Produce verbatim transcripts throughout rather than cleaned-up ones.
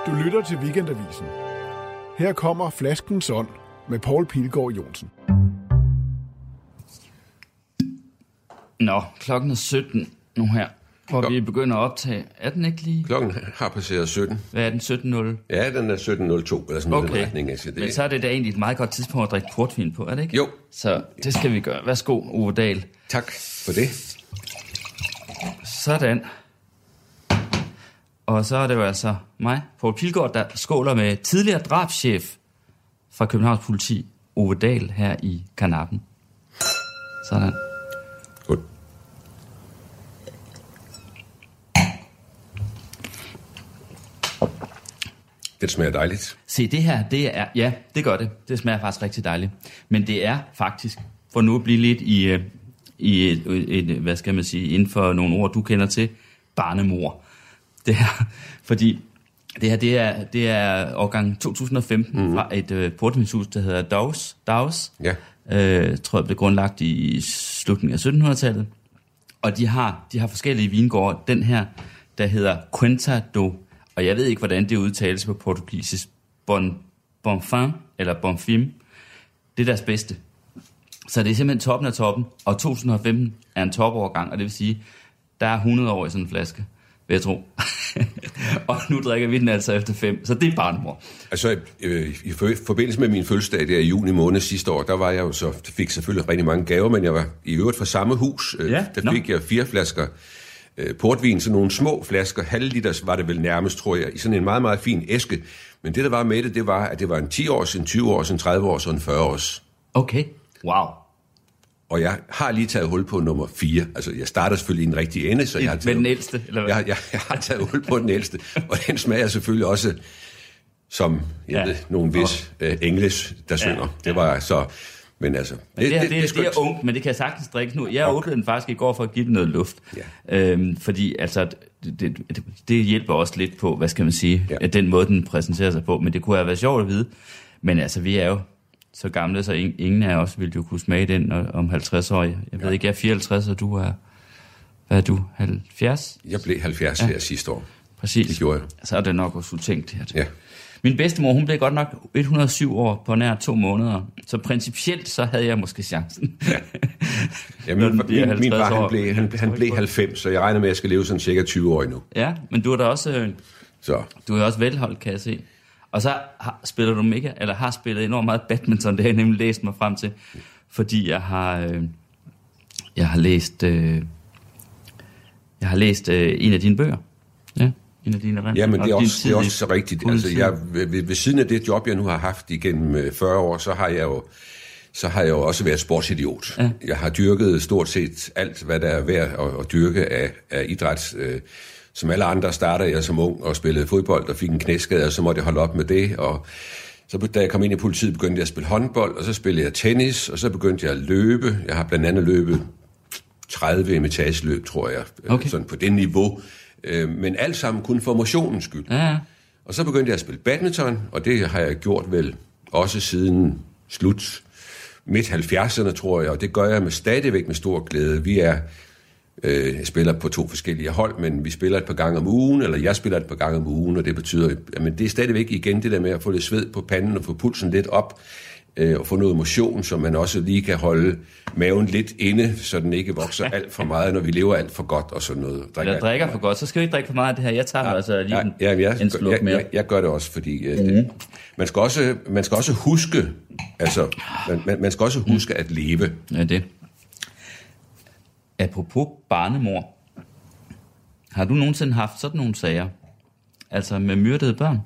Du lytter til Weekendavisen. Her kommer Flaskens Ånd med Poul Pilgaard Johnsen. Nå, klokken er sytten nu her, hvor Klok- vi begynder at optage. Er den ikke lige? Klokken har passeret sytten. Hvad er den, sytten nul? Ja, den er sytten nul to, eller sådan noget okay. retning. Altså, det... Men så er det da egentlig et meget godt tidspunkt at drikke portvin på, er det ikke? Jo. Så det skal vi gøre. Værsgo, Ove Dahl. Tak for det. Sådan. Og så er det jo altså mig, Poul Pilgaard, der skåler med tidligere drabschef fra Københavns Politi, Ove Dahl, her i Karnappen. Sådan. Godt. Det smager dejligt. Se, det her, det er... Ja, det gør det. Det smager faktisk rigtig dejligt. Men det er faktisk, for nu at blive lidt i, i et, et, hvad skal man sige, inden for nogle ord, du kender til, barnemor. Det her, fordi det her, det er, det er årgang to tusind og femten mm-hmm. fra et uh, portvinshus, der hedder Daus. Daus. Ja. Øh, tror jeg blev grundlagt i slutningen af syttenhundredetallet. Og de har, de har forskellige vingårde. Den her, der hedder Quinta do, og jeg ved ikke, hvordan det udtales på portugisisk, bon, Bonfim, eller Bonfim. Det er deres bedste. Så det er simpelthen toppen af toppen, og to tusind og femten er en topovergang, og det vil sige, der er hundrede år i sådan en flaske, vil jeg tro. Og nu drikker vi den altså efter fem, så det er barnemor. Altså, øh, i forbindelse med min fødselsdag der i juni måned sidste år, der var jeg jo så, fik selvfølgelig rigtig mange gaver, men jeg var i øvrigt fra samme hus. Øh, ja, der fik no. jeg fire flasker øh, portvin, så nogle små flasker, halv liters var det vel nærmest, tror jeg, i sådan en meget, meget fin æske. Men det, der var med det, det var, at det var en ti års, en tyve års, en tredive års og en fyrre års. Okay, wow. Og jeg har lige taget hul på nummer fire. Altså, jeg starter selvfølgelig i en rigtig ende, så jeg har taget... Med den ældste, eller hvad? Jeg, jeg, jeg har taget hul på den ældste, og den smager selvfølgelig også som, jeg ja. ved, nogle vis oh. uh, engelsk, der synger. Ja. Det var så... Men altså... Men det, det, det, det, det, det er ungt, men det kan sagtens drikke nu. Jeg okay. åbnede den faktisk i går for at give den noget luft. Ja. Øhm, fordi altså, det, det, det hjælper også lidt på, hvad skal man sige, ja. den måde, den præsenterer sig på. Men det kunne have været sjovt at vide. Men altså, vi er jo så gamle, så ingen af os ville jo kunne smage den om halvtreds år. Jeg ved ja. ikke, jeg er fireoghalvtreds, og du er... Hvad er du? halvfjerds? Jeg blev halvfjerds ja. her sidste år. Præcis. Det gjorde jeg. Så er det nok også utænkt her. Ja. Min bedstemor, hun blev godt nok et hundrede og syv år på nær to måneder. Så principielt, så havde jeg måske chancen. Ja. Ja, min, min, min far, han blev, han, han blev halvfems, så jeg regner med, at jeg skal leve sådan cirka tyve år endnu. Ja, men du er da også... Så. Du er også velholdt, kan jeg se. Og så har, spiller du mega, eller har spillet enormt meget badminton, det har jeg nemlig læst mig frem til, fordi jeg har, øh, jeg har læst, øh, jeg har læst øh, en af dine bøger. Ja, en af dine rent. Ja, men det er, også, det er også så rigtigt. Altså, jeg, ved, ved siden af det job, jeg nu har haft igennem fyrre år, så har jeg jo, så har jeg jo også været sportsidiot. Ja. Jeg har dyrket stort set alt, hvad der er værd at, at dyrke af, af idræt. Øh, Som alle andre startede jeg som ung og spillede fodbold og fik en knæskade, og så måtte jeg holde op med det. Og så da jeg kom ind i politiet, begyndte jeg at spille håndbold, og så spillede jeg tennis, og så begyndte jeg at løbe. Jeg har blandt andet løbet tredive imitageløb, tror jeg, okay. sådan på det niveau. Men alt sammen kun for motionens skyld. Ja. Og så begyndte jeg at spille badminton, og det har jeg gjort vel også siden slut midt halvfjerdserne, tror jeg, og det gør jeg med stadigvæk med stor glæde. Vi er... Jeg spiller på to forskellige hold, men vi spiller et par gange om ugen, eller jeg spiller et par gange om ugen, og det betyder, at det er stadigvæk igen det der med at få lidt sved på panden og få pulsen lidt op, øh, og få noget motion, så man også lige kan holde maven lidt inde, så den ikke vokser alt for meget, når vi lever alt for godt og sådan noget. Drikker jeg drikker for godt, så skal vi ikke drikke for meget af det her. Jeg tager ja, altså lige ja, ja, jeg, en sluk mere. Jeg, jeg, jeg gør det også, fordi øh, mm. det, man, skal også, man skal også huske, altså, man, man, man skal også huske mm. at leve. Ja, det. Apropos barnemor, har du nogensinde haft sådan nogle sager? Altså med myrdede børn?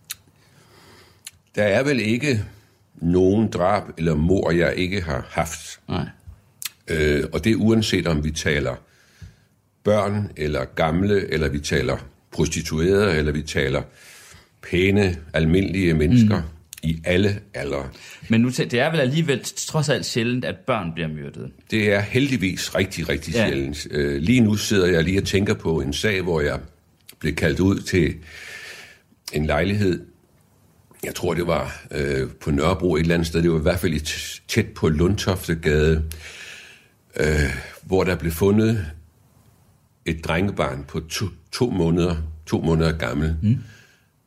Der er vel ikke nogen drab eller mord, jeg ikke har haft. Nej. Øh, og det er uanset om vi taler børn eller gamle, eller vi taler prostituerede, eller vi taler pæne, almindelige mennesker. Mm. I alle aldre. Men nu, det er vel alligevel trods alt sjældent, at børn bliver myrdet? Det er heldigvis rigtig, rigtig ja. sjældent. Uh, lige nu sidder jeg lige og tænker på en sag, hvor jeg blev kaldt ud til en lejlighed. Jeg tror, det var uh, på Nørrebro et eller andet sted. Det var i hvert fald tæt på Lundtoftegade, uh, hvor der blev fundet et drengebarn på to, to måneder, to måneder gammel. Mm.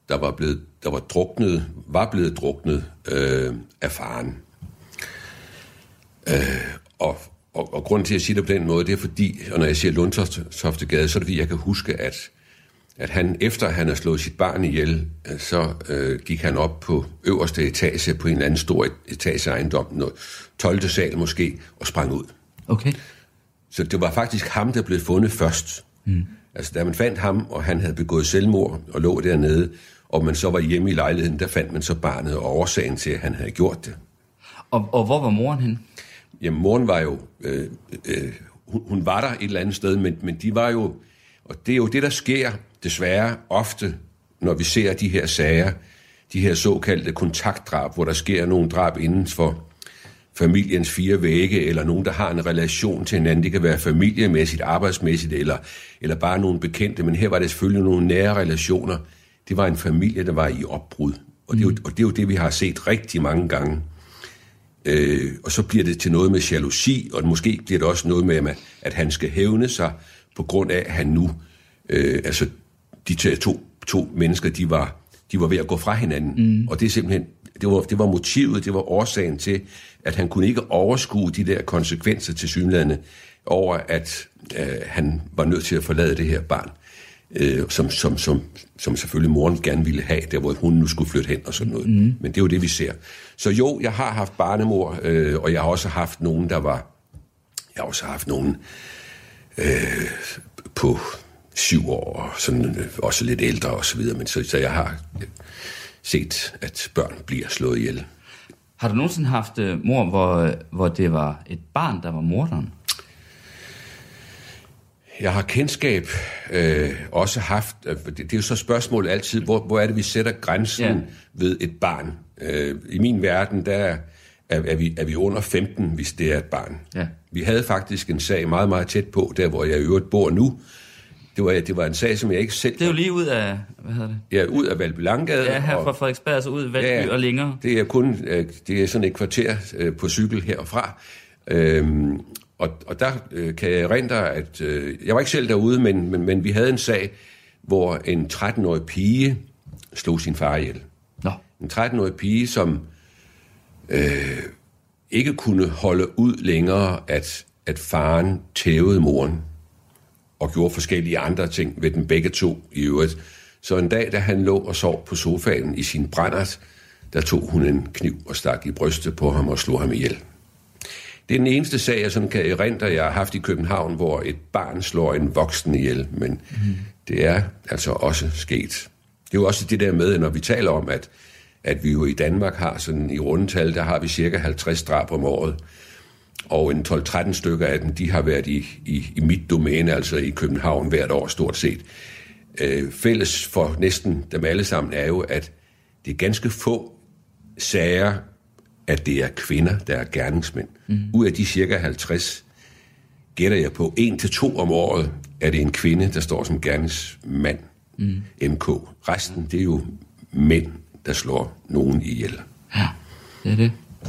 der var blevet, der var druknet, var blevet druknet øh, af faren. Øh, og, og, og grunden til, at jeg siger det på den måde, det er fordi, og når jeg siger Lundtoftegade, så er det fordi, jeg kan huske, at, at han, efter han har slået sit barn ihjel, så øh, gik han op på øverste etage på en eller anden stor etageejendom, tolvte sal måske, og sprang ud. Okay. Så det var faktisk ham, der blev fundet først. Mm. Altså, da man fandt ham, og han havde begået selvmord og lå dernede, og man så var hjemme i lejligheden, der fandt man så barnet og årsagen til, at han havde gjort det. Og, og hvor var moren hen? Jamen, moren var jo... Øh, øh, hun, hun var der et eller andet sted, men, men de var jo... Og det er jo det, der sker desværre ofte, når vi ser de her sager, de her såkaldte kontaktdrab, hvor der sker nogle drab inden for familiens fire vægge, eller nogen, der har en relation til hinanden. Det kan være familiemæssigt, arbejdsmæssigt, eller, eller bare nogle bekendte, men her var det selvfølgelig nogle nære relationer. Det var en familie, der var i opbrud. Og det er jo, og det, er jo det, vi har set rigtig mange gange. Øh, og så bliver det til noget med jalousi, og måske bliver det også noget med, at han skal hævne sig, på grund af, at han nu, øh, altså de to, to mennesker, de var, de var ved at gå fra hinanden. Mm. Og det er simpelthen, det var, det var motivet, det var årsagen til, at han kunne ikke overskue de der konsekvenser til synlædende over, at øh, han var nødt til at forlade det her barn, øh, som, som, som, som selvfølgelig moren gerne ville have, der hvor hun nu skulle flytte hen og sådan noget. Mm. Men det er jo det, vi ser. Så jo, jeg har haft barnemor, øh, og jeg har også haft nogen, der var, jeg har også haft nogen øh, på syv år, og sådan, øh, også lidt ældre og så videre, men så, så jeg har øh, set, at børn bliver slået ihjel. Har du nogensinde haft øh, mor, hvor, hvor det var et barn, der var morderen? Jeg har kendskab øh, også haft, øh, det, det er jo så spørgsmålet altid, hvor, hvor er det, vi sætter grænsen ja. ved et barn? Øh, I min verden, der er, er, vi, er vi under femten, hvis det er et barn. Ja. Vi havde faktisk en sag meget, meget tæt på, der hvor jeg i øvrigt bor nu. Det var, det var en sag, som jeg ikke selv... Det er jo lige ud af... Hvad hedder det? Ja, ud af Valby Langgade. Ja, her fra Frederiksberg, altså ud af Valby ja, og længere. Det er kun... Det er sådan et kvarter på cykel herfra. Øhm, og, og der kan jeg erindre, at... Jeg var ikke selv derude, men, men, men vi havde en sag, hvor en tretten-årig pige slog sin far ihjel. Nå. En tretten-årig pige, som øh, ikke kunne holde ud længere, at, at faren tævede moren og gjorde forskellige andre ting ved dem begge to i øvrigt. Så en dag, da han lå og sov på sofaen i sin brændert, der tog hun en kniv og stak i brystet på ham og slog ham ihjel. Det er den eneste sag, jeg sådan kan erindre, jeg har haft i København, hvor et barn slår en voksen ihjel, men mm. det er altså også sket. Det er jo også det der med, når vi taler om, at, at vi jo i Danmark har sådan i rundetal, der har vi cirka halvtreds drab om året, og en tolv tretten stykker af dem, de har været i, i, i mit domæne, altså i København hvert år stort set. Øh, fælles for næsten dem alle sammen er jo, at det er ganske få sager, at det er kvinder, der er gerningsmænd. Mm. Ud af de cirka halvtreds, gætter jeg på, en til to om året, er det en kvinde, der står som gerningsmand, mm. M K. Resten, det er jo mænd, der slår nogen ihjel. Ja, det er det.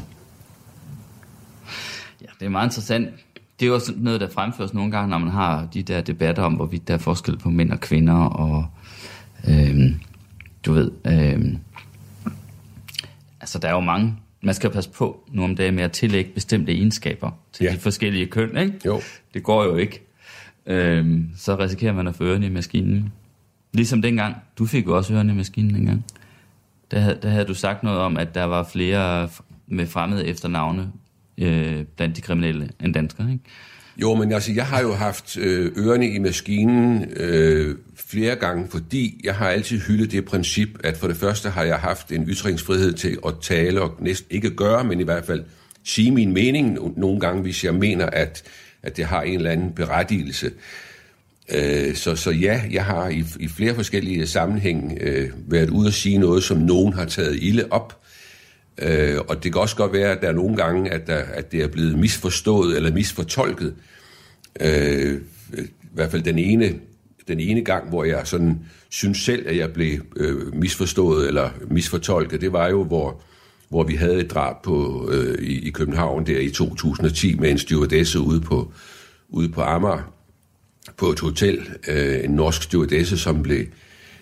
Ja, det er meget interessant. Det er jo også noget, der fremføres nogle gange, når man har de der debatter om, hvorvidt der er forskel på mænd og kvinder, og øhm, du ved, øhm, altså der er jo mange, man skal passe på nu om dagen med at tillægge bestemte egenskaber til ja. de forskellige køn, ikke? Jo. Det går jo ikke. Øhm, så risikerer man at få ørerne i maskinen. Ligesom dengang, du fik jo også ørerne i maskinen dengang. Der, der havde du sagt noget om, at der var flere med fremmede efternavne øh, blandt de kriminelle end danskere, ikke? Jo, men altså, jeg har jo haft øh, ørerne i maskinen øh, flere gange, fordi jeg har altid hyldet det princip, at for det første har jeg haft en ytringsfrihed til at tale og næsten ikke gøre, men i hvert fald sige min mening nogle gange, hvis jeg mener, at, at det har en eller anden berettigelse. Øh, så, så ja, jeg har i, i flere forskellige sammenhæng øh, været ude at sige noget, som nogen har taget ilde op. Øh, og det kan også godt være, at der er nogle gange, at, der, at det er blevet misforstået eller misfortolket. Øh, I hvert fald den ene, den ene gang, hvor jeg sådan synes selv, at jeg blev øh, misforstået eller misfortolket, det var jo, hvor, hvor vi havde et drab på, øh, i, i København der i to tusind og ti med en stewardesse ude på, ude på Amager på et hotel. Øh, en norsk stewardesse, som blev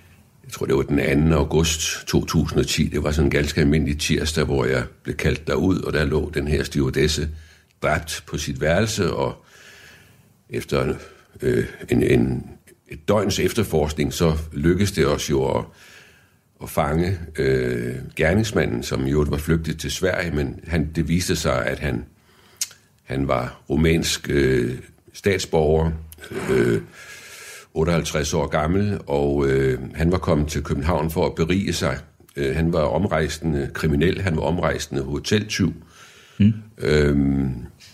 jeg tror det var den anden august to tusind og ti, det var sådan en ganske almindelig tirsdag, hvor jeg blev kaldt derud, og der lå den her stewardesse dræbt på sit værelse, og efter øh, en, en, et døgns efterforskning, så lykkedes det os jo at, at fange øh, gerningsmanden, som jo var flygtet til Sverige, men han, det viste sig, at han, han var rumænsk øh, statsborger, øh, otteoghalvtreds år gammel, og øh, han var kommet til København for at berige sig. Øh, han var omrejsende kriminel, han var omrejsende hoteltyv, mm. øhm,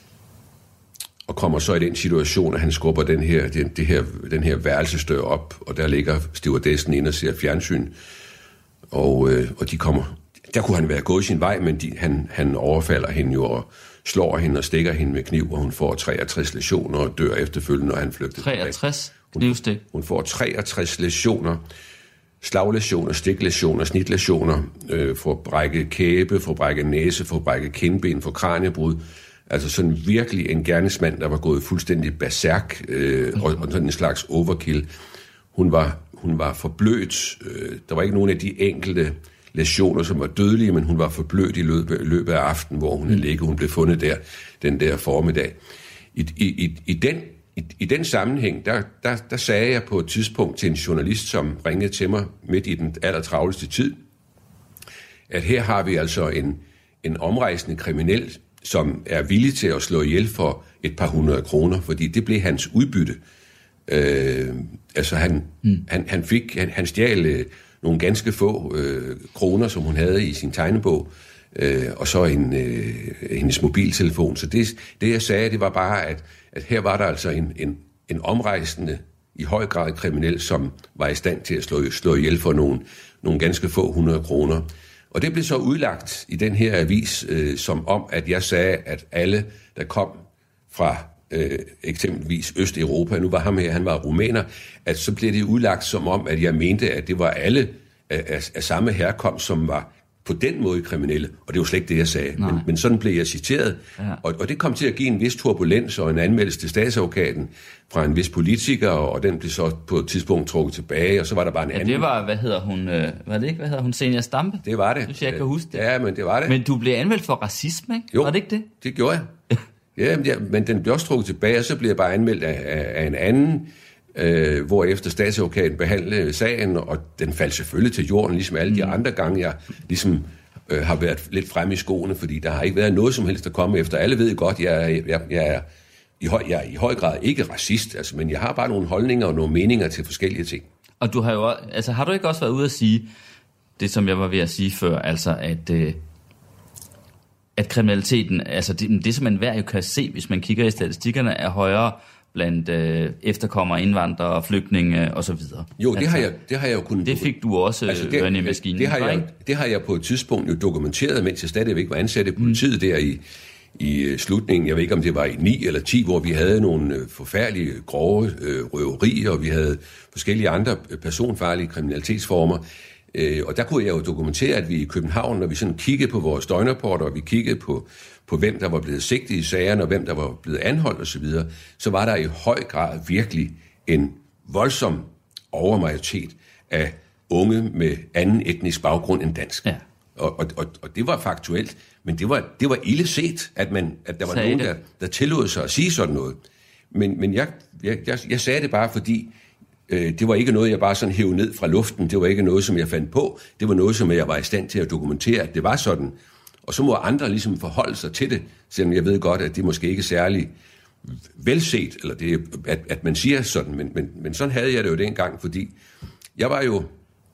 og kommer så i den situation, at han skubber den her, den, det her, den her værelsesdør op, og der ligger stewardessen inde og ser fjernsyn, og, øh, og de kommer, der kunne han være gået sin vej, men de, han, han overfalder hende jo, og slår hende og stikker hende med kniv, og hun får treogtres lesioner og dør efterfølgende, når han flygter treogtres knivstik? Hun, hun får treogtres lesioner, slaglesioner, stiklesioner, snitlesioner, øh, får brækket kæbe, får brækket næse, får brækket kindben, får kraniebrud. Altså sådan virkelig en gerningsmand, der var gået fuldstændig berserk, øh, og, og sådan en slags overkill. Hun var, hun var forblødt. Øh, der var ikke nogen af de enkelte lesioner, som var dødelige, men hun var forblødt i løbet, løbet af aftenen, hvor hun mm. ligge. Hun blev fundet der den der formiddag. I, i, i, i, den, i, i den sammenhæng, der, der, der sagde jeg på et tidspunkt til en journalist, som ringede til mig midt i den allertravleste tid, at her har vi altså en, en omrejsende kriminel, som er villig til at slå ihjel for et par hundrede kroner, fordi det blev hans udbytte. Øh, altså han, mm. han, han fik, han, han stjal øh, nogle ganske få øh, kroner, som hun havde i sin tegnebog, øh, og så en, øh, hendes mobiltelefon. Så det, det jeg sagde, det var bare, at, at her var der altså en, en, en omrejsende, i høj grad kriminel, som var i stand til at slå, slå ihjel for nogle, nogle ganske få hundrede kroner. Og det blev så udlagt i den her avis, øh, som om, at jeg sagde, at alle, der kom fra øh, eksempelvis Østeuropa, nu var ham her, han var rumæner, at så blev det udlagt som om, at jeg mente, at det var alle af, af, af samme herkomst, som var på den måde kriminelle. Og det var slet ikke det, jeg sagde. Men, men sådan blev jeg citeret. Ja. Og, og det kom til at give en vis turbulens og en anmeldelse til statsadvokaten fra en vis politiker, og den blev så på et tidspunkt trukket tilbage, og så var der bare en ja, anden. det var, hvad hedder hun, øh, var det ikke, hvad hedder hun, Zenia Stampe? Det var det. Hvis jeg kan huske det. Ja, men det var det. Men du blev anmeldt for racisme, ikke? Jo, var det ikke det? det gjorde jeg. ja, men, ja, men den blev også trukket tilbage, og så blev jeg bare anmeldt af, af, af en anden, øh, hvor efter statsadvokaten behandlede sagen, og den faldt selvfølgelig til jorden, ligesom alle de mm. andre gange, jeg ligesom øh, har været lidt fremme i skoene, fordi der har ikke været noget som helst at komme efter. Alle ved godt, jeg, jeg, jeg er i høj, jeg er i høj grad ikke racist, altså, men jeg har bare nogle holdninger og nogle meninger til forskellige ting. Og du har jo, altså har du ikke også været ude at sige, det som jeg var ved at sige før, altså at, øh, at kriminaliteten, altså det, det som man hver jo kan se, hvis man kigger i statistikkerne, er højere blandt øh, efterkommere, indvandrere, flygtninge og så videre. Jo, det, altså, har jeg, det har jeg jo kunnet... Det fik du også altså, det, ørne i maskinen. Det har, jeg, det har jeg på et tidspunkt jo dokumenteret, mens jeg stadigvæk var ansat i politiet mm. der i, i slutningen, jeg ved ikke om det var i ni eller ti, hvor vi havde nogle forfærdelige, grove øh, røverier, og vi havde forskellige andre personfarlige kriminalitetsformer. Øh, og der kunne jeg jo dokumentere, at vi i København, når vi sådan kiggede på vores døgnrapporter, og vi kiggede på, på hvem der var blevet sigtet i sagerne, og hvem der var blevet anholdt osv., så, så var der i høj grad virkelig en voldsom overmajoritet af unge med anden etnisk baggrund end dansk. Ja. Og, og, og, og det var faktuelt, men det var, det var ille set, at, man, at der var sagde nogen, der, der tillod sig at sige sådan noget. Men, men jeg, jeg, jeg, jeg sagde det bare, fordi øh, det var ikke noget, jeg bare sådan hævde ned fra luften. Det var ikke noget, som jeg fandt på. Det var noget, som jeg var i stand til at dokumentere, at det var sådan. Og så må andre ligesom forholde sig til det, selvom jeg ved godt, at det måske ikke er særlig velset, eller det, at, at man siger sådan. Men, men, men sådan havde jeg det jo dengang, fordi jeg var jo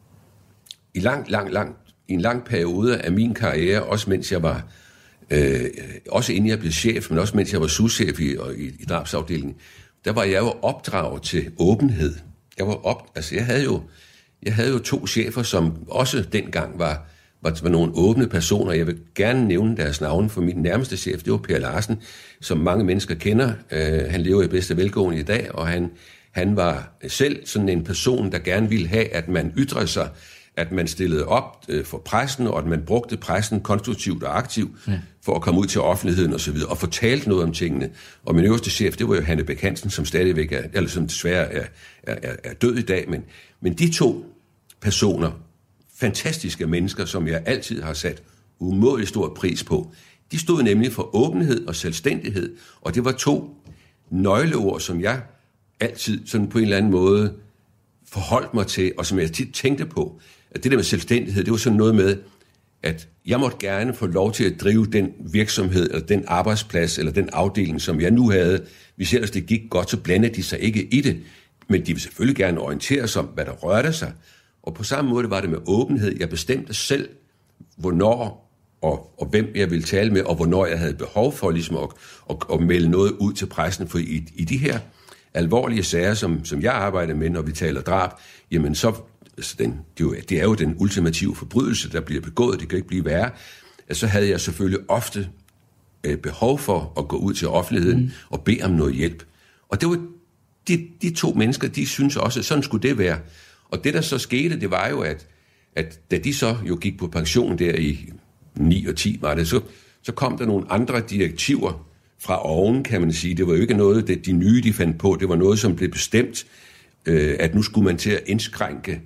i lang, lang, lang i en lang periode af min karriere, også mens jeg var, øh, også inden jeg blev chef, men også mens jeg var souschef i, i, i drabsafdelingen, der var jeg jo opdraget til åbenhed. Jeg var op, altså jeg havde jo, jeg havde jo to chefer, som også dengang var, var, var nogle åbne personer. Jeg vil gerne nævne deres navne, for min nærmeste chef, det var Per Larsen, som mange mennesker kender. Øh, han lever i bedste velgående i dag, og han, han var selv sådan en person, der gerne ville have, at man ytrede sig, at man stillede op øh, for pressen, og at man brugte pressen konstruktivt og aktivt ja. for at komme ud til offentligheden og så videre, og fortalte noget om tingene. Og min øverste chef, det var jo Hanne Bech Hansen, som stadigvæk er, eller som desværre er, er, er død i dag, men, men de to personer, fantastiske mennesker, som jeg altid har sat umådelig stor pris på. De stod nemlig for åbenhed og selvstændighed, og det var to nøgleord, som jeg altid sådan på en eller anden måde forholdt mig til, og som jeg tit tænkte på. At det der med selvstændighed, det var sådan noget med, at jeg måtte gerne få lov til at drive den virksomhed, eller den arbejdsplads, eller den afdeling, som jeg nu havde. Hvis ellers det gik godt, så blandede de sig ikke i det. Men de vil selvfølgelig gerne orientere sig om, hvad der rørte sig. Og på samme måde var det med åbenhed. Jeg bestemte selv, hvornår og, og hvem jeg ville tale med, og hvornår jeg havde behov for ligesom at, at, at melde noget ud til pressen. For i, i de her alvorlige sager, som, som jeg arbejder med, når vi taler drab, jamen så, altså den, det, er jo, det er jo den ultimative forbrydelse, der bliver begået, det kan ikke blive værre. Så havde jeg selvfølgelig ofte øh, behov for at gå ud til offentligheden mm. og bede om noget hjælp. Og det var de, de to mennesker, de synes også, at sådan skulle det være. Og det, der så skete, det var jo, at, at da de så jo gik på pension der i ni og ti, var det, så, så kom der nogle andre direktiver fra oven, kan man sige. Det var jo ikke noget, det de nye, de fandt på. Det var noget, som blev bestemt, øh, at nu skulle man til at indskrænke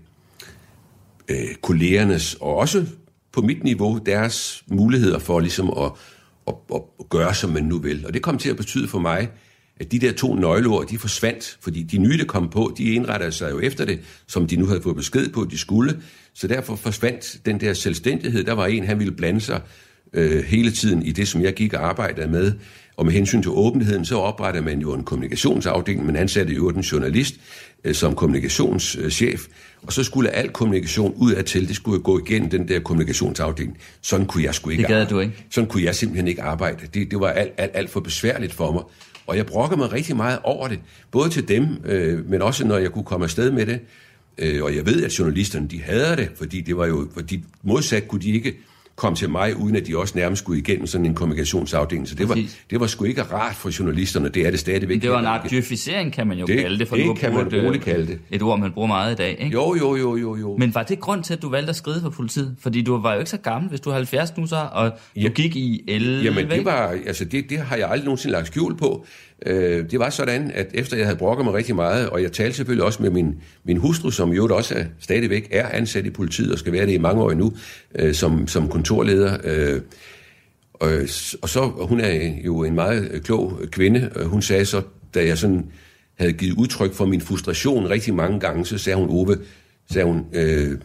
øh, kollegernes, og også på mit niveau, deres muligheder for ligesom at, at, at, at gøre, som man nu vil. Og det kom til at betyde for mig, at de der to nøgleord, de forsvandt, fordi de nye, der kom på, de indrettede sig jo efter det, som de nu havde fået besked på, at de skulle. Så derfor forsvandt den der selvstændighed. Der var en, han ville blande sig øh, hele tiden i det, som jeg gik og arbejdede med. Og med hensyn til åbenheden, så oprettede man jo en kommunikationsafdeling, men ansatte jo en journalist øh, som kommunikationschef. Og så skulle al kommunikation ud af til, det skulle gå igennem den der kommunikationsafdeling. Sådan kunne jeg sgu ikke det gad arbejde. Du ikke. Sådan kunne jeg simpelthen ikke arbejde. Det, det var alt, alt, alt for besværligt for mig. Og jeg brokker mig rigtig meget over det, både til dem, øh, men også når jeg kunne komme afsted med det. Øh, og jeg ved, at journalisterne, de hader det, fordi det var jo, fordi modsat kunne de ikke komme til mig, uden at de også nærmest skulle igennem sådan en kommunikationsafdeling. Så det var, det var sgu ikke rart for journalisterne, det er det stadigvæk. Det var en art djøfisering, kan man jo det, kalde det, for det nu kan man roligt kalde det. Et ord, man bruger meget i dag, ikke? Jo, jo, jo, jo, jo. Men var det grund til, at du valgte at skrive for politiet? Fordi du var jo ikke så gammel, hvis du er halvfjerds nu så, og du ja, gik i elleve. Jamen, det var, altså det, det har jeg aldrig nogensinde lagt skjul på. Øh, det var sådan, at efter jeg havde brokket mig rigtig meget, og jeg talte selvfølgelig også med min, min hustru, som jo også er, stadigvæk er ansat i politiet, og skal være det i mange år nu, øh, som, som kontorleder. Øh, og, og så, og hun er jo en meget klog kvinde, hun sagde så, da jeg sådan havde givet udtryk for min frustration rigtig mange gange, så sagde hun, Ove, sagde hun, øh,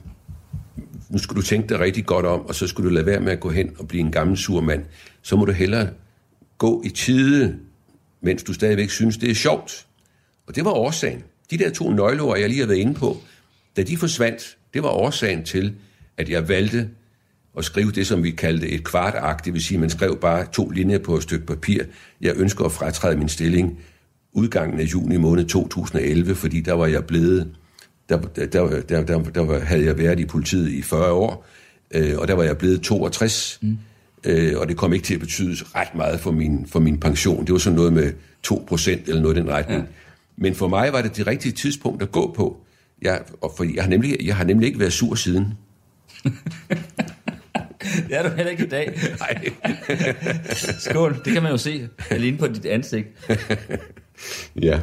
nu skulle du tænke dig rigtig godt om, og så skulle du lade være med at gå hen og blive en gammel sur mand. Så må du hellere gå i tide, mens du stadigvæk synes, det er sjovt. Og det var årsagen. De der to nøgleord, jeg lige har været inde på, da de forsvandt, det var årsagen til, at jeg valgte at skrive det, som vi kaldte et kvartakt. Det vil sige, at man skrev bare to linjer på et stykke papir. Jeg ønsker at fratræde min stilling udgangen af juni måned to tusind og elleve, fordi der var jeg blevet, der, der, der, der, der, der havde jeg været i politiet i fyrre år, øh, og der var jeg blevet toogtres. Mm. Øh, og det kom ikke til at betyde ret meget for min, for min pension. Det var sådan noget med to procent eller noget i den retning. Ja. Men for mig var det det rigtige tidspunkt at gå på. Jeg, og for jeg, har nemlig, jeg har nemlig ikke været sur siden. Det er du heller ikke i dag. Nej. Skål, det kan man jo se alene på dit ansigt. Ja.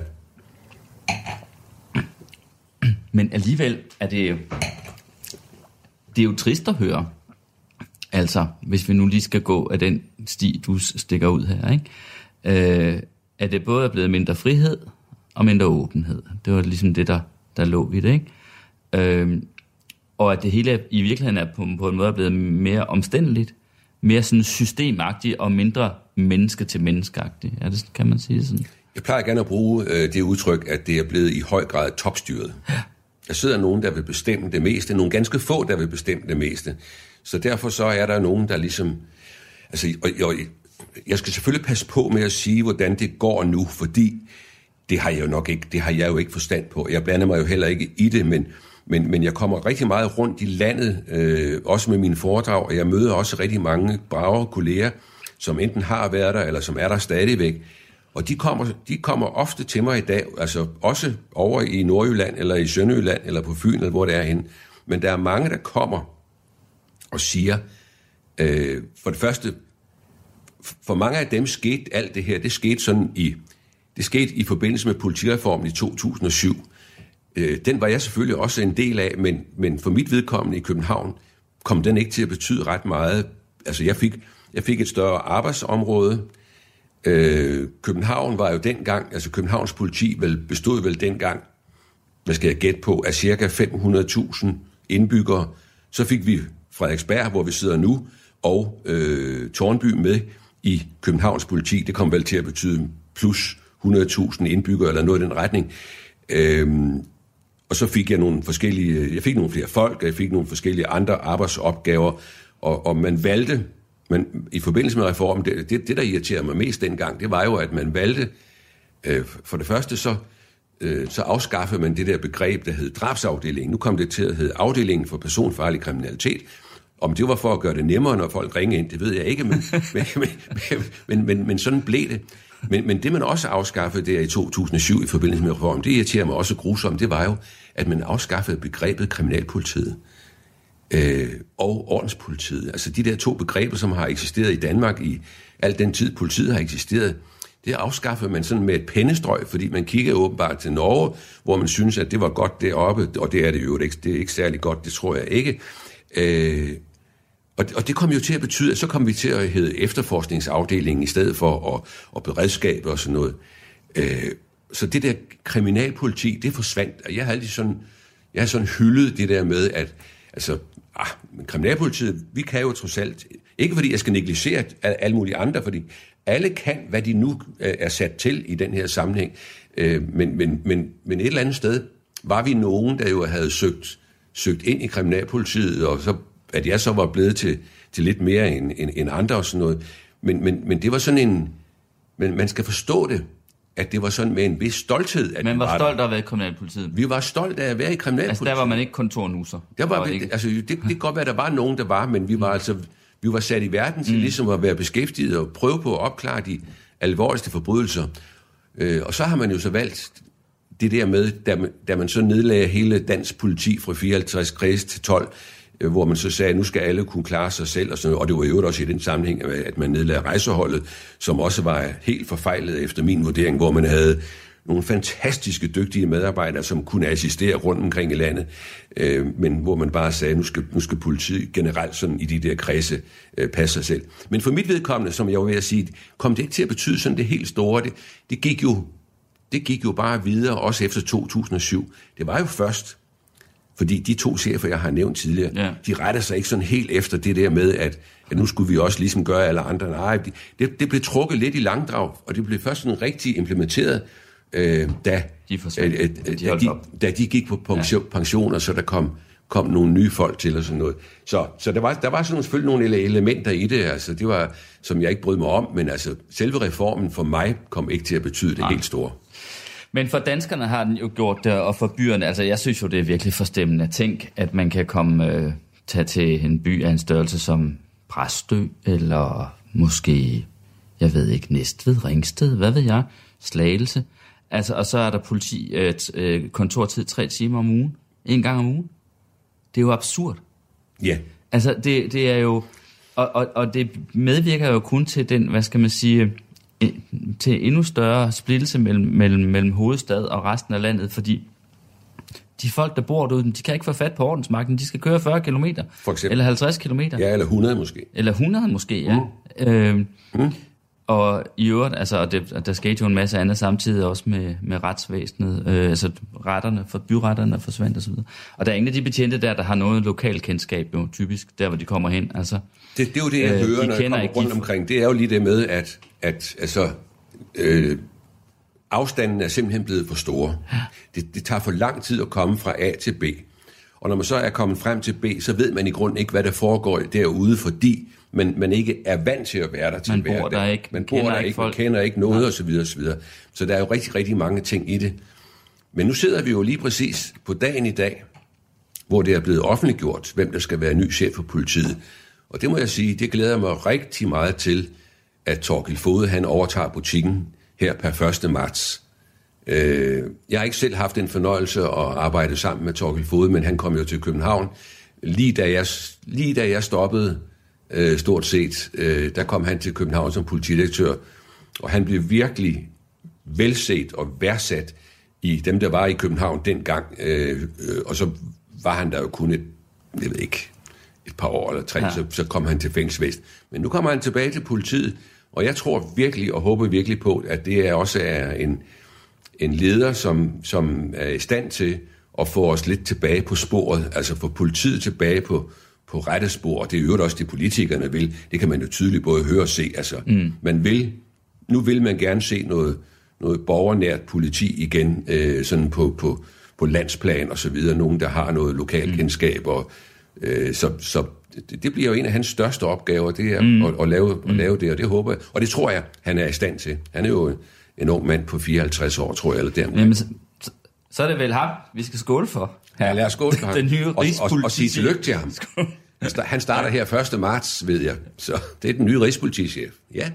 Men alligevel er det, det er jo trist at høre. Altså, hvis vi nu lige skal gå af den sti, du stikker ud her, ikke? Øh, at det både er blevet mindre frihed og mindre åbenhed. Det var ligesom det, der, der lå i det, ikke? Øh, og at det hele i virkeligheden er på, på en måde blevet mere omstændeligt, mere sådan systemagtigt og mindre menneske til menneskeagtigt. Er det, kan man sige sådan? Jeg plejer gerne at bruge øh, det udtryk, at det er blevet i høj grad topstyret. Ja. Der sidder nogen, der vil bestemme det meste, nogle ganske få, der vil bestemme det meste. Så derfor så er der nogen, der ligesom... Altså, og, og, jeg skal selvfølgelig passe på med at sige, hvordan det går nu, fordi det har jeg jo nok ikke, det har jeg jo ikke forstand på. Jeg blander mig jo heller ikke i det, men, men, men jeg kommer rigtig meget rundt i landet, øh, også med mine foredrag, og jeg møder også rigtig mange brave kolleger, som enten har været der, eller som er der stadigvæk. Og de kommer, de kommer ofte til mig i dag, altså også over i Nordjylland, eller i Sønderjylland, eller på Fyn, eller hvor det er henne. Men der er mange, der kommer og siger, øh, for det første, for mange af dem skete alt det her, det skete sådan i, det skete i forbindelse med politireformen i to tusind og syv. øh, den var jeg selvfølgelig også en del af, men, men for mit vedkommende i København kom den ikke til at betyde ret meget. Altså jeg fik, jeg fik et større arbejdsområde. Øh, København var jo dengang, altså Københavns politi vel, bestod vel dengang, hvad skal jeg gætte på, af cirka fem hundrede tusind indbyggere. Så fik vi Frederiksberg, hvor vi sidder nu, og øh, Tårnby med i Københavns politi. Det kom vel til at betyde plus hundrede tusind indbyggere, eller noget i den retning. Øhm, og så fik jeg nogle forskellige, jeg fik nogle flere folk, og jeg fik nogle forskellige andre arbejdsopgaver, og, og man valgte, men i forbindelse med reformen, det, det, det der irriterede mig mest dengang, det var jo, at man valgte, øh, for det første så, øh, så afskaffede man det der begreb, der hed drabsafdelingen. Nu kom det til at hedde afdelingen for personfarlig kriminalitet. Om det var for at gøre det nemmere, når folk ringer ind, det ved jeg ikke, men, men, men, men, men, men sådan blev det. Men, men det, man også afskaffede der i to tusind og syv i forbindelse med reformen, det irriterer mig også grusomt, det var jo, at man afskaffede begrebet kriminalpolitiet øh, og ordenspolitiet. Altså de der to begreber, som har eksisteret i Danmark i al den tid, politiet har eksisteret, det afskaffede man sådan med et pennestrøg, fordi man kiggede åbenbart til Norge, hvor man synes, at det var godt deroppe, og det er det jo ikke, det er ikke særlig godt, det tror jeg ikke. Øh, Og, og det kom jo til at betyde, at så kom vi til at hedde efterforskningsafdelingen i stedet for og, og beredskab og sådan noget. Øh, så det der kriminalpoliti, det forsvandt. Og jeg har altid sådan, jeg har sådan hyldet det der med, at altså, ah, kriminalpolitiet, vi kan jo trods alt, ikke fordi jeg skal negligere alle mulige andre, fordi alle kan, hvad de nu er sat til i den her sammenhæng. Øh, men, men, men, men et eller andet sted var vi nogen, der jo havde søgt, søgt ind i kriminalpolitiet, og så at jeg så var blevet til, til lidt mere end, end, end andre og sådan noget. Men, men, men det var sådan en... Men man skal forstå det, at det var sådan med en vis stolthed. At man var, var stolt af at være i kriminalpolitiet? Vi var stolt af at være i kriminalpolitiet. Altså der var man ikke kontornusser? Der var vi, altså, det, det kan godt være, at der var nogen, der var, men vi var altså... Vi var sat i verden til mm. ligesom at være beskæftiget og prøve på at opklare de alvorligste forbrydelser. Øh, og så har man jo så valgt det der med, da man, da man så nedlagde hele dansk politi fra fireoghalvtreds kreds til tolv, hvor man så sagde, at nu skal alle kunne klare sig selv, og, sådan, og det var jo også i den sammenhæng, at man nedlagde rejseholdet, som også var helt forfejlet efter min vurdering, hvor man havde nogle fantastiske, dygtige medarbejdere, som kunne assistere rundt omkring i landet, øh, men hvor man bare sagde, nu skal, nu skal politiet generelt sådan i de der kredse øh, passe sig selv. Men for mit vedkommende, som jeg var ved at sige, kom det ikke til at betyde sådan det helt store. Det, det, gik jo, det gik jo bare videre, også efter to tusind og syv. Det var jo først, fordi de to chefer, jeg har nævnt tidligere, ja. de retter sig ikke sådan helt efter det der med, at, at nu skulle vi også ligesom gøre alle andre. Nej, det, det blev trukket lidt i langdrag, og det blev først sådan rigtig implementeret, øh, da, de øh, øh, de da, de, da de gik på pension, ja. pension, og så der kom, kom nogle nye folk til og sådan noget. Så, så der var, der var sådan selvfølgelig nogle elementer i det, altså det var, som jeg ikke brød mig om, men altså selve reformen for mig kom ikke til at betyde det ja. helt store. Men for danskerne har den jo gjort det, og for byerne, altså jeg synes jo, det er virkelig forstemmende. Tænk, at man kan komme, øh, tage til en by af en størrelse som Præstø, eller måske, jeg ved ikke, Næstved, Ringsted, hvad ved jeg, Slagelse. Altså, og så er der politi, et, øh, kontortid tre timer om ugen, en gang om ugen. Det er jo absurd. Ja. Yeah. Altså, det, det er jo, og, og, og det medvirker jo kun til den, hvad skal man sige, til endnu større splittelse mellem, mellem, mellem hovedstad og resten af landet, fordi de folk, der bor derude, de kan ikke få fat på ordensmagten, de skal køre fyrre kilometer, eller halvtreds kilometer. Ja, eller hundrede måske. Eller hundrede måske, ja. Mm. Øhm, mm. Og i øvrigt, altså, og det, der skete jo en masse andet samtidig også med, med retsvæsenet, øh, altså retterne, for byretterne forsvandt og så videre. Og der er ingen af de betjente der, der har noget lokalkendskab jo, typisk, der hvor de kommer hen, altså. Det, det er jo det, jeg øh, hører, når jeg kommer rundt omkring. Det er jo lige det med, at, at altså, øh, afstanden er simpelthen blevet for store. Ja. Det, det tager for lang tid at komme fra A til B. Og når man så er kommet frem til B, så ved man i grunden ikke, hvad der foregår derude, fordi man, man ikke er vant til at være der til man bor der ikke, man bor der ikke, man kender ikke noget, og så videre, og så videre. Så der er jo rigtig, rigtig mange ting i det. Men nu sidder vi jo lige præcis på dagen i dag, hvor det er blevet offentliggjort, hvem der skal være ny chef for politiet. Og det må jeg sige, det glæder mig rigtig meget til, at Thorkild Foged, han overtager butikken her per første marts. Jeg har ikke selv haft en fornøjelse at arbejde sammen med Thorkild Foged, men han kom jo til København. Lige da jeg, lige da jeg stoppede, øh, stort set, øh, der kom han til København som politidirektør, og han blev virkelig velset og værdsat i dem, der var i København dengang, øh, øh, og så var han der jo kun et, jeg ved ikke, et par år eller tre, ja. så, så kom han til fængselsvæsenet. Men nu kommer han tilbage til politiet, og jeg tror virkelig og håber virkelig på, at det er også er en, en leder, som, som er i stand til at få os lidt tilbage på sporet, altså få politiet tilbage på, på rette spor. Det er jo også det, politikerne vil. Det kan man jo tydeligt både høre og se. Altså, mm. man vil, nu vil man gerne se noget, noget borgernært politi igen, øh, sådan på, på, på landsplan og så videre. Nogen, der har noget lokalkendskab. Og, øh, så, så det, det bliver jo en af hans største opgaver, det er mm. at, at, lave, at lave det, og det håber jeg. Og det tror jeg, han er i stand til. Han er jo en ung mand på fireoghalvtreds år, tror jeg, eller deromkring. Jamen, så, så er det vel ham, vi skal skåle for. Ja, lad os skåle for ham. Den nye og, og, og sige tillykke til ham. Han starter her første marts, ved jeg. Så det er den nye rigspolitichef. Ja.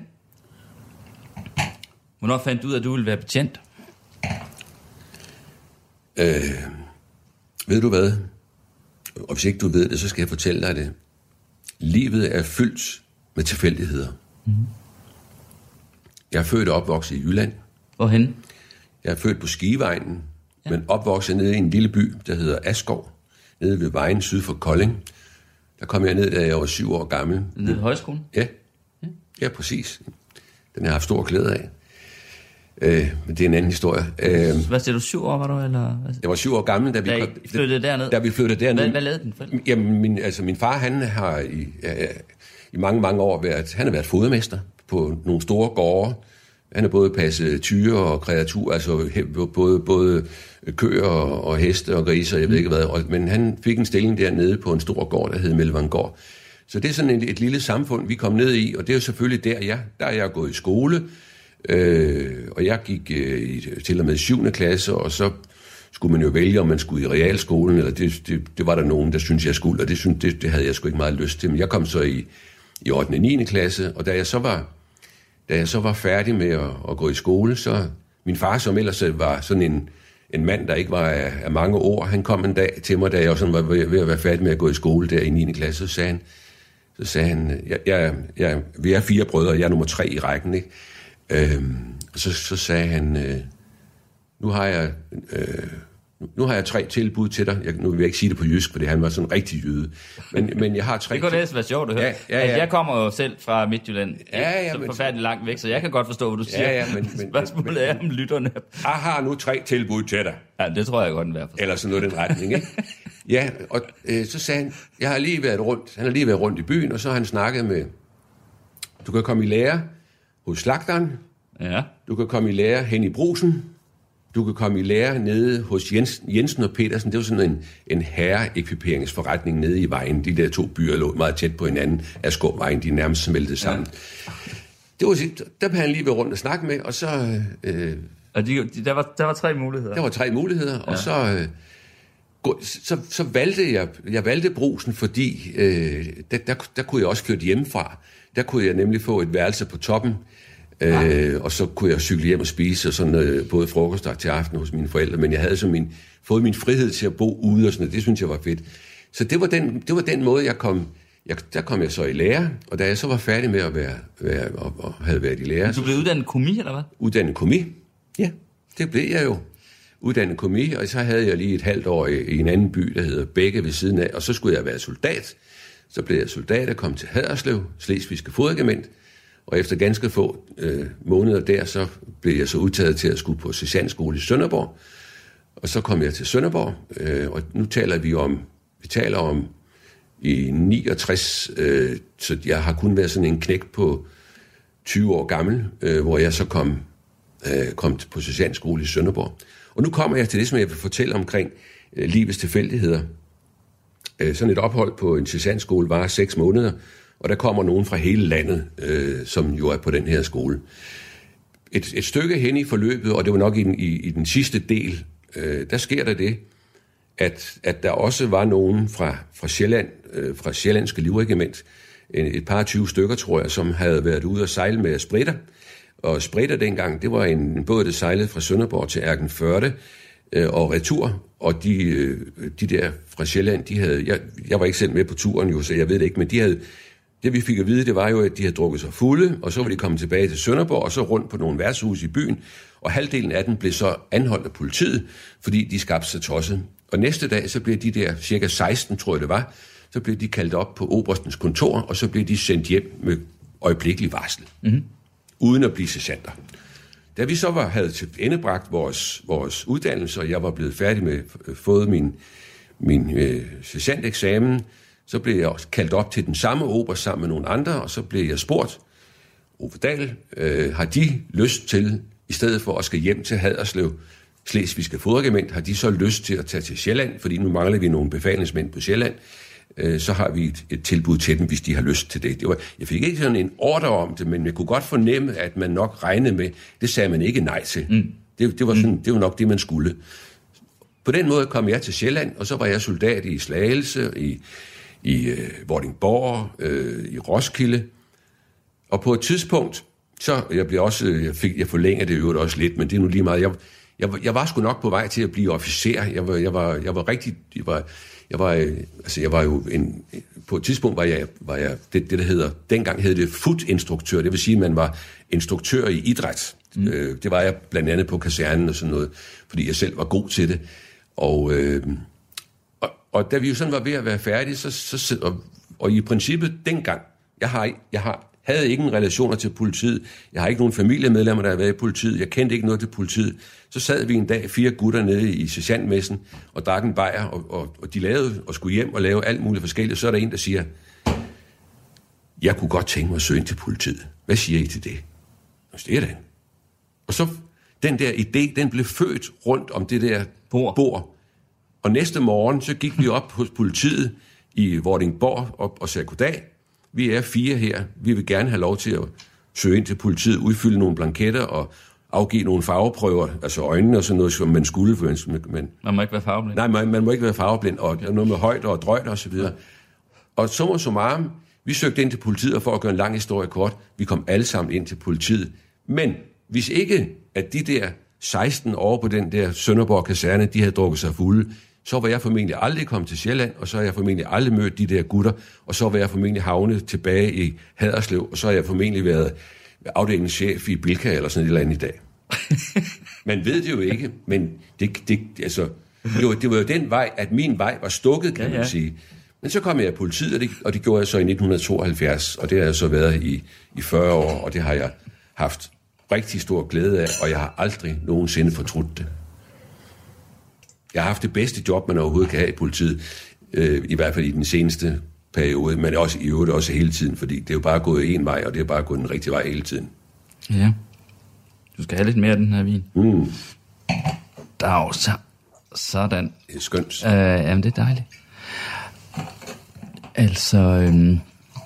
Hvornår fandt du ud af, at du ville være betjent? Øh, ved du hvad? Og hvis ikke du ved det, så skal jeg fortælle dig det. Livet er fyldt med tilfældigheder. Mm-hmm. Jeg er født og opvokset i Jylland. Hvorhen? Jeg er født på Skiveegnen, ja. men opvokset nede i en lille by, der hedder Askov, nede ved vejen syd for Kolding. Der kom jeg ned, da jeg var syv år gammel. Nede ved højskolen? Ja. ja, ja, præcis. Den har jeg haft stor glæde af. Øh, men det er en anden historie. Øh, hvad siger du, syv år var du? Eller? Jeg var syv år gammel, da vi, da I flyttede derned? Da vi flyttede derned. Hvad, hvad lavede den forældre? Jamen, min, altså, min far, han har i, ja, i mange, mange år været, han har været fodermester på nogle store gårde. Han har både passet tyre og kreatur, altså både, både køer og heste og griser, jeg ved ikke hvad. Men han fik en stilling dernede på en stor gård, der hed Melvangård. Så det er sådan et, et lille samfund, vi kom ned i, og det er jo selvfølgelig der, ja, der er jeg gået i skole. Øh, og jeg gik øh, til og med syvende klasse, og så skulle man jo vælge, om man skulle i realskolen, eller det, det, det var der nogen, der syntes, jeg skulle, og det, synes, det, det havde jeg sgu ikke meget lyst til. Men jeg kom så i, i ottende og niende klasse, og da jeg så var, da jeg så var færdig med at, at gå i skole, så min far, som ellers var sådan en, en mand, der ikke var af, af mange ord, han kom en dag til mig, da jeg sådan var ved at være færdig med at gå i skole der i niende klasse, så sagde han, så sagde han jeg, jeg, jeg, vi er fire brødre, jeg er nummer tre i rækken, ikke? Øhm, og så, så sagde han, øh, nu har jeg øh, nu har jeg tre tilbud til dig. Jeg, nu vil jeg ikke sige det på jysk, fordi han var sådan en rigtig jyde. Men, men jeg har tre. Det kunne næsten være sjovt at høre. Ja, ja, ja. Altså, jeg kommer jo selv fra Midtjylland, ja, ja, så men, forfærdeligt langt væk, så jeg kan godt forstå, hvad du siger. Ja, ja, men, men, spørgsmålet men, er om lytterne. Jeg har nu tre tilbud til dig. Ja, det tror jeg godt, den er. Eller sådan noget den retning, ikke? Ja, og øh, så sagde han, jeg har lige været rundt, han har lige været rundt i byen, og så har han snakket med, du kan komme i lære hos slagteren, ja. Du kan komme i lære hen i Brugsen, du kan komme i lære nede hos Jens, Jensen og Petersen. Det var sådan en, en herreekviperingsforretning nede i vejen. De der to byer lå meget tæt på hinanden. Askovvejen, de nærmest smeltede sammen. Ja. Det var, der havde han lige været rundt og snakke med, og så... Øh, og de, de, der, var, der var tre muligheder? Der var tre muligheder, ja. Og så, øh, gå, så, så valgte jeg, jeg valgte Brugsen, fordi øh, der, der, der kunne jeg også flytte hjemmefra. Der kunne jeg nemlig få et værelse på toppen, Øh, og så kunne jeg cykle hjem og spise og sådan, øh, både frokost og til aften hos mine forældre, men jeg havde så min, fået min frihed til at bo ude og sådan noget. Det synes jeg var fedt. Så det var den, det var den måde, jeg kom, jeg, der kom jeg så i lære, og da jeg så var færdig med at være, være og, og havde været i lære... Du blev uddannet komi, eller hvad? Uddannet komi, ja, det blev jeg jo. Uddannet komi, og så havde jeg lige et halvt år i, i en anden by, der hedder Bække ved siden af, og så skulle jeg være soldat. Så blev jeg soldat og kom til Haderslev, Slesvigske Fodregiment. Og efter ganske få øh, måneder der, så blev jeg så udtaget til at skulle på sergentskole i Sønderborg. Og så kom jeg til Sønderborg, øh, og nu taler vi om, vi taler om i niogtres, øh, så jeg har kun været sådan en knægt på tyve år gammel, øh, hvor jeg så kom, øh, kom på sergentskole i Sønderborg. Og nu kommer jeg til det, som jeg vil fortælle omkring øh, livets tilfældigheder. Øh, sådan et ophold på en sergentskole var seks måneder, og der kommer nogen fra hele landet, øh, som jo er på den her skole. Et, et stykke hen i forløbet, og det var nok i den, i, i den sidste del, øh, der sker der det, at, at der også var nogen fra, fra Sjælland, øh, fra Sjællandske Livregiment, et, et par tyve stykker, tror jeg, som havde været ude og sejle med spritter. Og spritter dengang, det var en, en båd, der sejlede fra Sønderborg til Ærkenførde øh, og retur. Og de, øh, de der fra Sjælland, de havde, jeg, jeg var ikke selv med på turen jo, så jeg ved det ikke, men de havde Det vi fik at vide, det var jo, at de havde drukket sig fulde, og så var de kommet tilbage til Sønderborg, og så rundt på nogle værtshus i byen, og halvdelen af dem blev så anholdt af politiet, fordi de skabte sig tosset. Og næste dag, så blev de der cirka seksten, tror jeg det var, så blev de kaldt op på oberstens kontor, og så blev de sendt hjem med øjeblikkelig varsel, mm-hmm. uden at blive sergeanter. Da vi så var, havde til endebragt vores, vores uddannelse, og jeg var blevet færdig med øh, fået min, min øh, sergeanteksamen, så blev jeg også kaldt op til den samme oberst sammen med nogle andre, og så blev jeg spurgt, Ove Dahl, øh, har de lyst til, i stedet for at skal hjem til Haderslev, Slesvigske Fodregiment, har de så lyst til at tage til Sjælland, fordi nu mangler vi nogle befalingsmænd på Sjælland, øh, så har vi et, et tilbud til dem, hvis de har lyst til det. det var, jeg fik ikke sådan en ordre om det, men jeg kunne godt fornemme, at man nok regnede med, det sagde man ikke nej til. Mm. Det, det, var sådan, det var nok det, man skulle. På den måde kom jeg til Sjælland, og så var jeg soldat i Slagelse, i, i øh, Vordingborg, øh, i Roskilde, og på et tidspunkt, så jeg blev også, jeg fik, jeg forlængede det jo også lidt, men det er nu lige meget. Jeg, jeg, jeg var sgu nok på vej til at blive officer. Jeg var, jeg var, jeg var rigtig, jeg var, jeg var, altså jeg var jo en, på et tidspunkt var jeg, var jeg det, det der hedder, dengang hed det foot-instruktør, det vil sige, at man var instruktør i idræt. Mm. Øh, det var jeg blandt andet på kasernen og sådan noget, fordi jeg selv var god til det. Og, øh, og, og da vi jo sådan var ved at være færdige, så, så og, og i princippet dengang, jeg har, jeg har havde ikke en relationer til politiet. Jeg har ikke nogen familiemedlemmer, der har været i politiet. Jeg kendte ikke noget til politiet. Så sad vi en dag, fire gutter nede i sergeantmessen, og drak en bajer, og, og, og de lavede og skulle hjem og lave alt muligt forskelligt. Så er der en, der siger, jeg kunne godt tænke mig at søge ind til politiet. Hvad siger I til det? Og det er det. Og så den der idé, den blev født rundt om det der bord. bord. Og næste morgen, så gik vi op hos politiet i Vordingborg og, og sagde goddag. Vi er fire her. Vi vil gerne have lov til at søge ind til politiet, udfylde nogle blanketter og afgive nogle farveprøver, altså øjnene og sådan noget, som man skulle. Men, man må ikke være farveblind. Nej, man, man må ikke være farveblind, og noget med højde og drøjde og så videre. Og summa summarum, vi søgte ind til politiet, og for at gøre en lang historie kort, vi kom alle sammen ind til politiet. Men hvis ikke, at de der seksten år på den der Sønderborg kaserne, de havde drukket sig fulde, så var jeg formentlig aldrig kommet til Sjælland, og så har jeg formentlig aldrig mødt de der gutter, og så var jeg formentlig havnet tilbage i Haderslev, og så har jeg formentlig været afdelingschef i Bilka eller sådan et eller andet i dag. Man ved det jo ikke, men det, det, altså, det, var, det var jo den vej, at min vej var stukket, kan ja, ja. man sige. Men så kom jeg i politiet, og det, og det gjorde jeg så i nitten tooghalvfjerds, og det har jeg så været i, i fyrre år, og det har jeg haft rigtig stor glæde af, og jeg har aldrig nogensinde fortrudt det. Jeg har haft det bedste job, man overhovedet kan have i politiet, øh, i hvert fald i den seneste periode, men også i øvrigt også hele tiden, fordi det er jo bare gået en vej, og det er bare gået den rigtige vej hele tiden. Ja. Du skal have lidt mere af den her vin. Mm. Der er også sådan. Det er skønt. Øh, jamen, det er dejligt. Altså... Øhm,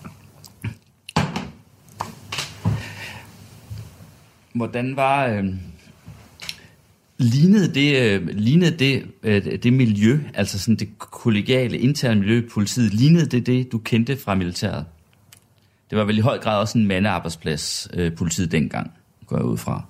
hvordan var... Øhm, Lignede det, lignede det, det miljø, altså sådan det kollegiale, interne miljø i politiet, lignede det det, du kendte fra militæret? Det var vel i høj grad også en mandearbejdsplads, politiet dengang, går jeg ud fra.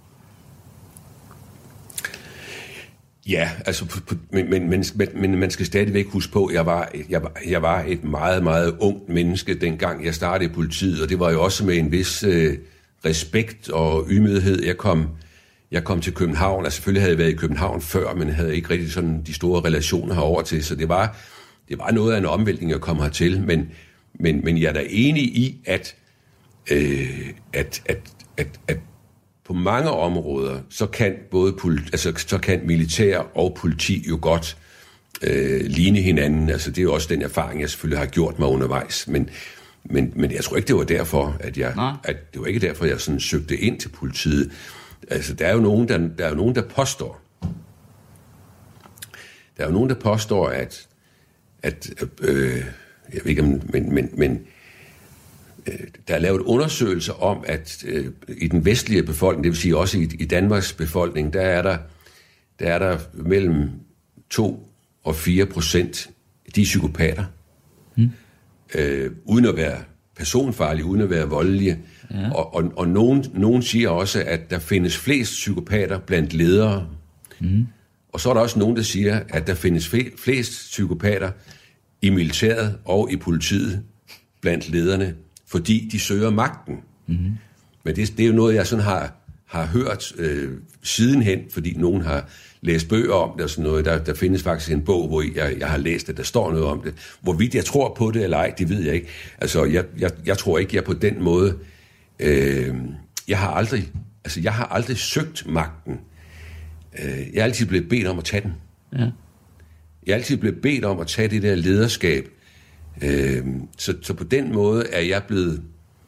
Ja, altså, men, men, men, men man skal stadigvæk huske på, at jeg var, jeg, jeg var et meget, meget ungt menneske, dengang jeg startede i politiet, og det var jo også med en vis øh, respekt og ydmyghed. Jeg kom... Jeg kom til København, og selvfølgelig havde jeg været i København før, men havde ikke rigtig sådan de store relationer herover til, så det var, det var noget af en omvæltning at komme hertil, men, men, men jeg er da enig i, at, øh, at, at, at, at på mange områder, så kan både politi, altså, så kan militær og politi jo godt øh, ligne hinanden. Altså, det er jo også den erfaring, jeg selvfølgelig har gjort mig undervejs, men, men, men jeg tror ikke, det var derfor, at jeg, at det var ikke derfor, jeg sådan søgte ind til politiet. Altså, der er jo nogen, der, der er jo nogen, der påstår, der er jo nogen, der påstår, at, at øh, jeg ved ikke, om, men, men, men øh, der er lavet undersøgelser om, at øh, i den vestlige befolkning, det vil sige også i, i Danmarks befolkning, der er der, der er der mellem to og fire procent de psykopater, hmm. øh, uden at være personfarlige, uden at være voldelige. Ja. Og, og, og nogen, nogen siger også, at der findes flest psykopater blandt ledere. Mm. Og så er der også nogen, der siger, at der findes flest psykopater i militæret og i politiet blandt lederne. fordi de søger magten. Mm-hmm. Men det, det er jo noget, jeg sådan har, har hørt øh, sidenhen, fordi nogen har læst bøger om det og sådan noget. Der, der findes faktisk en bog, hvor jeg, jeg har læst, at der står noget om det. Hvorvidt jeg tror på det eller ej, det ved jeg ikke. Altså, jeg, jeg, jeg tror ikke, jeg på den måde... Øh, jeg har aldrig... Altså, jeg har aldrig søgt magten. Øh, jeg er altid blevet bedt om at tage den. Ja. Jeg er altid blevet bedt om at tage det der lederskab. Øh, så, så på den måde er jeg blevet...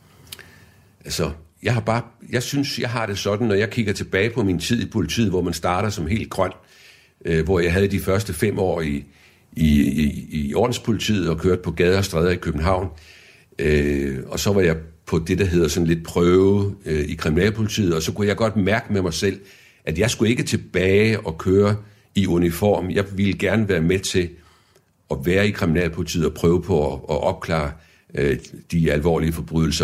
Altså, jeg har bare... Jeg synes, jeg har det sådan, når jeg kigger tilbage på min tid i politiet, hvor man starter som helt grøn, øh, hvor jeg havde de første fem år i, i, i, i ordenspolitiet og kørte på gader og stræder i København. Øh, og så var jeg på det, der hedder sådan lidt prøve øh, i kriminalpolitiet, og så kunne jeg godt mærke med mig selv, at jeg skulle ikke tilbage og køre i uniform. Jeg ville gerne være med til at være i kriminalpolitiet og prøve på at, at opklare øh, de alvorlige forbrydelser.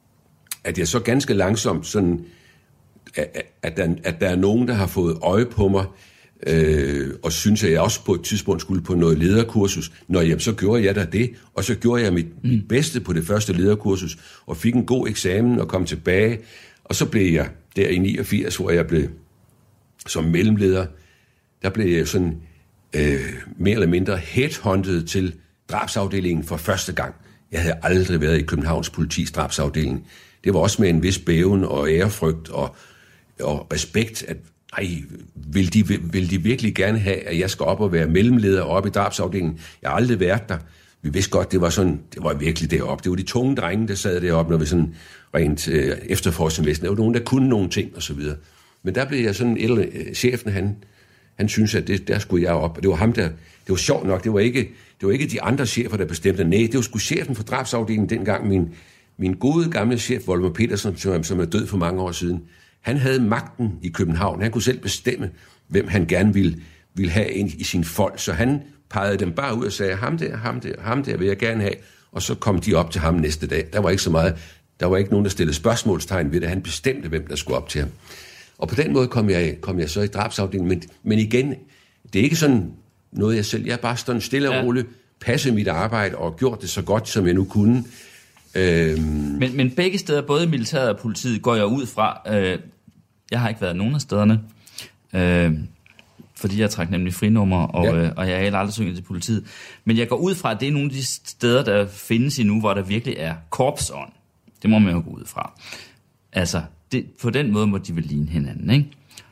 At jeg så ganske langsomt sådan, at, at, der, at der er nogen, der har fået øje på mig, øh, og synes, at jeg også på et tidspunkt skulle på noget lederkursus. Nå, jamen, så gjorde jeg da det, og så gjorde jeg mit, mm. mit bedste på det første lederkursus, og fik en god eksamen og kom tilbage, og så blev jeg der i niogfirs, hvor jeg blev som mellemleder, der blev jeg sådan øh, mere eller mindre headhunted til drabsafdelingen for første gang. Jeg havde aldrig været i Københavns politis drabsafdeling. Det var også med en vis bæven og ærefrygt og, og respekt, at ej, vil de, vil de virkelig gerne have, at jeg skal op og være mellemleder oppe i drabsafdelingen? Jeg har aldrig været der. Vi vidste godt, det var sådan, det var virkelig deroppe. Det var de tunge drenge, der sad deroppe, når vi sådan rent øh, efterforskningsvæsen. Der var nogen, der kunne nogle ting og så videre. Men der blev jeg sådan, eller øh, chefen, han, han synes, at det, der skulle jeg op. Og det var ham, der, det var sjovt nok, det var ikke, det var ikke de andre chefer, der bestemte. Nej, det var sgu chefen for drabsafdelingen dengang, min, min gode gamle chef, Volmer Petersen, som, som er død for mange år siden. Han havde magten i København. Han kunne selv bestemme, hvem han gerne ville, ville have ind i sin folk. Så han pegede dem bare ud og sagde, ham der, ham der, ham der vil jeg gerne have. Og så kom de op til ham næste dag. Der var ikke så meget, der var ikke nogen, der stillede spørgsmålstegn ved det. Han bestemte, hvem der skulle op til ham. Og på den måde kom jeg, kom jeg så i drabsafdelingen. Men, men igen, det er ikke sådan noget, jeg selv... Jeg har bare stået stille og roligt, passet mit arbejde og gjort det så godt, som jeg nu kunne. Øhm. Men, men begge steder, både militæret og politiet, går jeg ud fra... Øh, jeg har ikke været nogen af stederne, øh, fordi jeg trak nemlig frinummer, og, ja. øh, og jeg er aldrig synget til politiet. Men jeg går ud fra, at det er nogle af de steder, der findes endnu, hvor der virkelig er korpsånd. Det må man jo gå ud fra. Altså, det, på den måde må de vel ligne hinanden, ikke?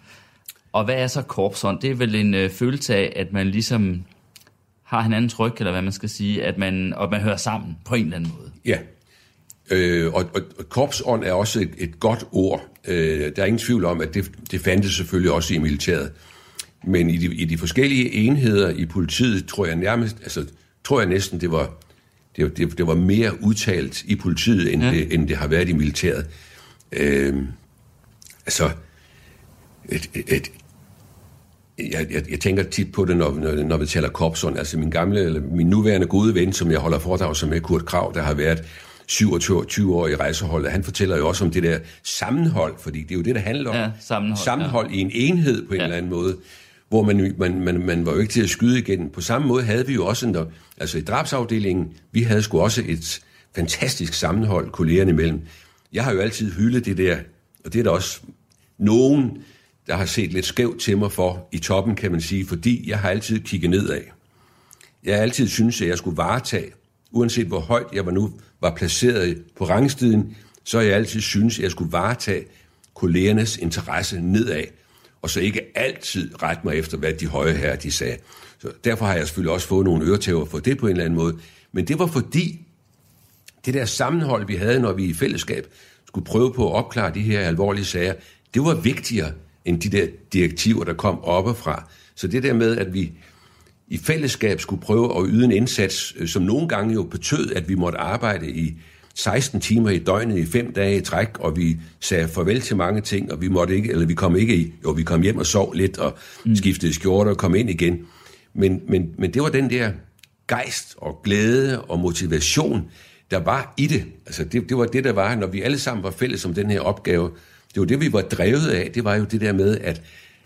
Og hvad er så korpsånd? Det er vel en øh, følelse af, at man ligesom har hinanden tryg, eller hvad man skal sige, at man, og man hører sammen på en eller anden måde. Ja, øh, og, og, og korpsånd er også et, et godt ord. Øh, der er ingen tvivl om, at det, det fandtes selvfølgelig også i militæret. Men i de, i de forskellige enheder i politiet, tror jeg nærmest, altså tror jeg næsten, det var, det, det, det var mere udtalt i politiet, end, ja. det, end det har været i militæret. Øh, altså, et, et, et, jeg, jeg, jeg tænker tit på det, når, når, når vi taler korpsånd. Altså min gamle, eller min nuværende gode ven, som jeg holder foredrag som med, Kurt Krag, der har været syvogtyve år i rejseholdet, han fortæller jo også om det der sammenhold, fordi det er jo det, der handler om. Ja, sammenhold, sammenhold ja. i en enhed på en ja. eller anden måde, hvor man, man, man, man var jo ikke til at skyde igen. På samme måde havde vi jo også, en, altså i drabsafdelingen, vi havde sgu også et fantastisk sammenhold kollegerne imellem. Jeg har jo altid hyldet det der, og det er der også nogen, der har set lidt skævt til mig for i toppen, kan man sige, fordi jeg har altid kigget nedad. Jeg har altid syntes, at jeg skulle varetage, uanset hvor højt jeg var nu var placeret på rangstiden, så har jeg altid syntes, at jeg skulle varetage kollegernes interesse nedad, og så ikke altid rette mig efter, hvad de høje herrer de sagde. Så derfor har jeg selvfølgelig også fået nogle øretæver for det på en eller anden måde. Men det var fordi, det der sammenhold, vi havde, når vi i fællesskab skulle prøve på at opklare de her alvorlige sager, det var vigtigere end de der direktiver, der kom oppefra. Så det der med, at vi i fællesskab skulle prøve at yde en indsats, som nogle gange jo betød, at vi måtte arbejde i seksten timer i døgnet i fem dage i træk, og vi sagde farvel til mange ting, og vi måtte ikke, eller vi kom ikke i, jo, vi kom hjem og sov lidt, og mm. skiftede skjorter og kom ind igen. Men, men, men det var den der gejst og glæde og motivation, der var i det. Altså det, det var det, der var, når vi alle sammen var fælles om den her opgave. Det var det, vi var drevet af. Det var jo det der med, at,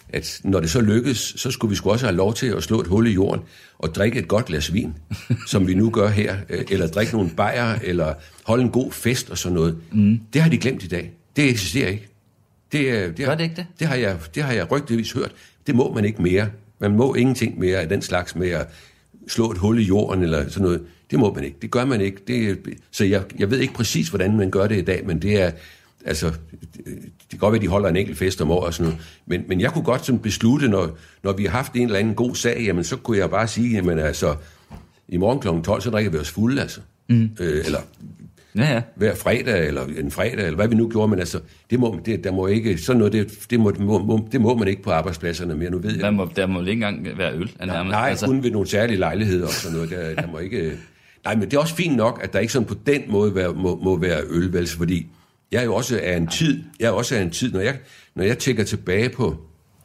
at når det så lykkes, så skulle vi sgu også have lov til at slå et hul i jorden og drikke et godt glas vin, som vi nu gør her, eller drikke nogle bajer, eller holde en god fest og sådan noget. Mm. Det har de glemt i dag. Det eksisterer ikke. Det, det, har, det ikke det? Det har jeg, det har jeg rygtevis hørt. Det må man ikke mere. Man må ingenting mere af den slags med at slå et hul i jorden eller sådan noget. Det må man ikke. Det gør man ikke. Det, så jeg, jeg ved ikke præcis, hvordan man gør det i dag, men det er, altså, det kan godt være, at de holder en enkelt fest om året og sådan noget. Men, men jeg kunne godt sådan beslutte, når, når vi har haft en eller anden god sag, jamen så kunne jeg bare sige, jamen altså, i morgen klokken tolv, så drikker vi os fulde, altså. Mm. Øh, eller ja, ja. hver fredag, eller en fredag, eller hvad vi nu gjorde, men altså, det må, det, der må ikke, sådan noget, det, det, må, må, det må man ikke på arbejdspladserne mere, nu ved jeg. Der må, der må ikke engang være øl. Nej, nej altså. Kun ved nogle særlige lejligheder og sådan noget, der, der må ikke... Nej, men det er også fint nok, at der ikke sådan på den måde være, må, må være øl, vel, fordi jeg er jo også af en tid, jeg er også af en tid, når jeg, når jeg tænker tilbage på,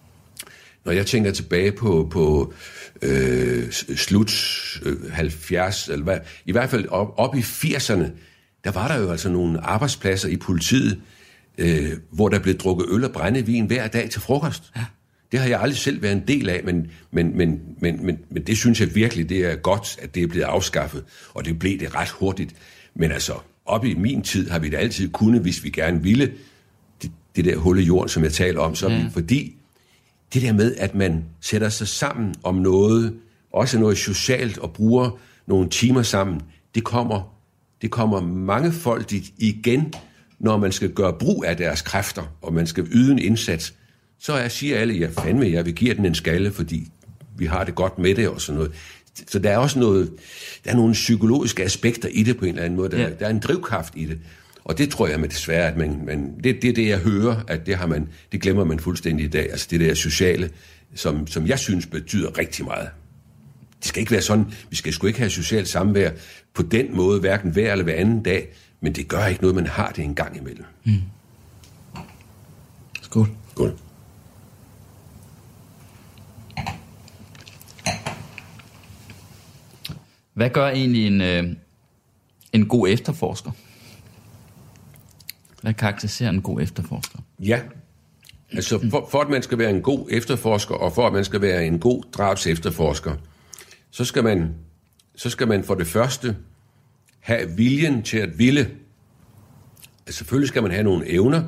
når jeg tænker tilbage på, på øh, slut øh, halvfjerds, eller hvad, i hvert fald op, op i firserne, der var der jo altså nogle arbejdspladser i politiet, øh, hvor der blev drukket øl og brændevin hver dag til frokost. Ja. Det har jeg aldrig selv været en del af, men, men, men, men, men, men det synes jeg virkelig, det er godt, at det er blevet afskaffet, og det blev det ret hurtigt. Men altså, op i min tid har vi det altid kunnet, hvis vi gerne ville, det, det der hul i jorden, som jeg taler om, så ja. Fordi det der med, at man sætter sig sammen om noget, også noget socialt, og bruger nogle timer sammen, det kommer, det kommer mangefoldigt igen, når man skal gøre brug af deres kræfter, og man skal yde en indsats. Så jeg siger alle, ja fandme, jeg vil give den en skalle, fordi vi har det godt med det og sådan noget. Så der er også noget, der er nogle psykologiske aspekter i det på en eller anden måde. Der, ja. der er en drivkraft i det. Og det tror jeg med desværre, at man, man det, det er det, jeg hører, at det, har man, det glemmer man fuldstændig i dag. Altså det der sociale, som, som jeg synes betyder rigtig meget. Det skal ikke være sådan, vi skal sgu ikke have socialt samvær på den måde, hverken hver eller hver anden dag, men det gør ikke noget, man har det en gang imellem. Mm. Skål. Skål. Hvad gør egentlig en, øh, en god efterforsker? Hvad karakteriserer en god efterforsker? Ja, altså for, for at man skal være en god efterforsker, og for at man skal være en god drabs efterforsker, så skal man, så skal man for det første have viljen til at ville. Altså selvfølgelig skal man have nogle evner,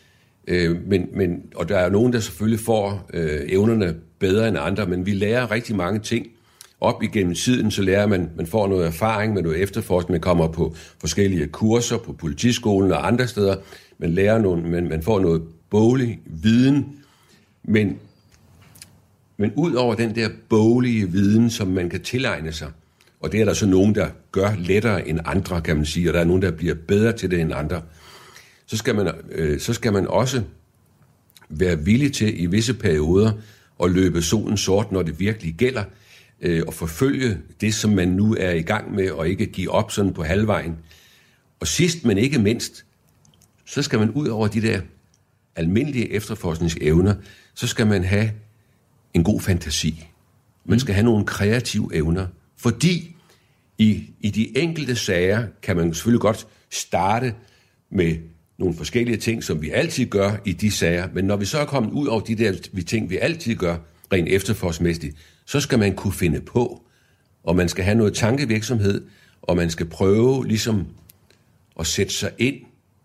øh, men, men, og der er nogen, der selvfølgelig får øh, evnerne bedre end andre, men vi lærer rigtig mange ting. Op igennem tiden, så lærer man, man får noget erfaring med noget efterforskning, man kommer på forskellige kurser på politiskolen og andre steder, man lærer nogle, man, man får noget boglig viden, men, men ud over den der boglige viden, som man kan tilegne sig, og det er der så nogen, der gør lettere end andre, kan man sige, og der er nogen, der bliver bedre til det end andre, så skal man, øh, så skal man også være villig til i visse perioder at løbe solen sort, når det virkelig gælder, og forfølge det, som man nu er i gang med, og ikke give op sådan på halvvejen. Og sidst, men ikke mindst, så skal man ud over de der almindelige efterforskningsevner, så skal man have en god fantasi. Man skal have nogle kreative evner, fordi i, i de enkelte sager kan man selvfølgelig godt starte med nogle forskellige ting, som vi altid gør i de sager, men når vi så er kommet ud over de der ting, vi altid gør, rent efterforskningsmæssigt, så skal man kunne finde på, og man skal have noget tankevirksomhed, og man skal prøve ligesom at sætte sig ind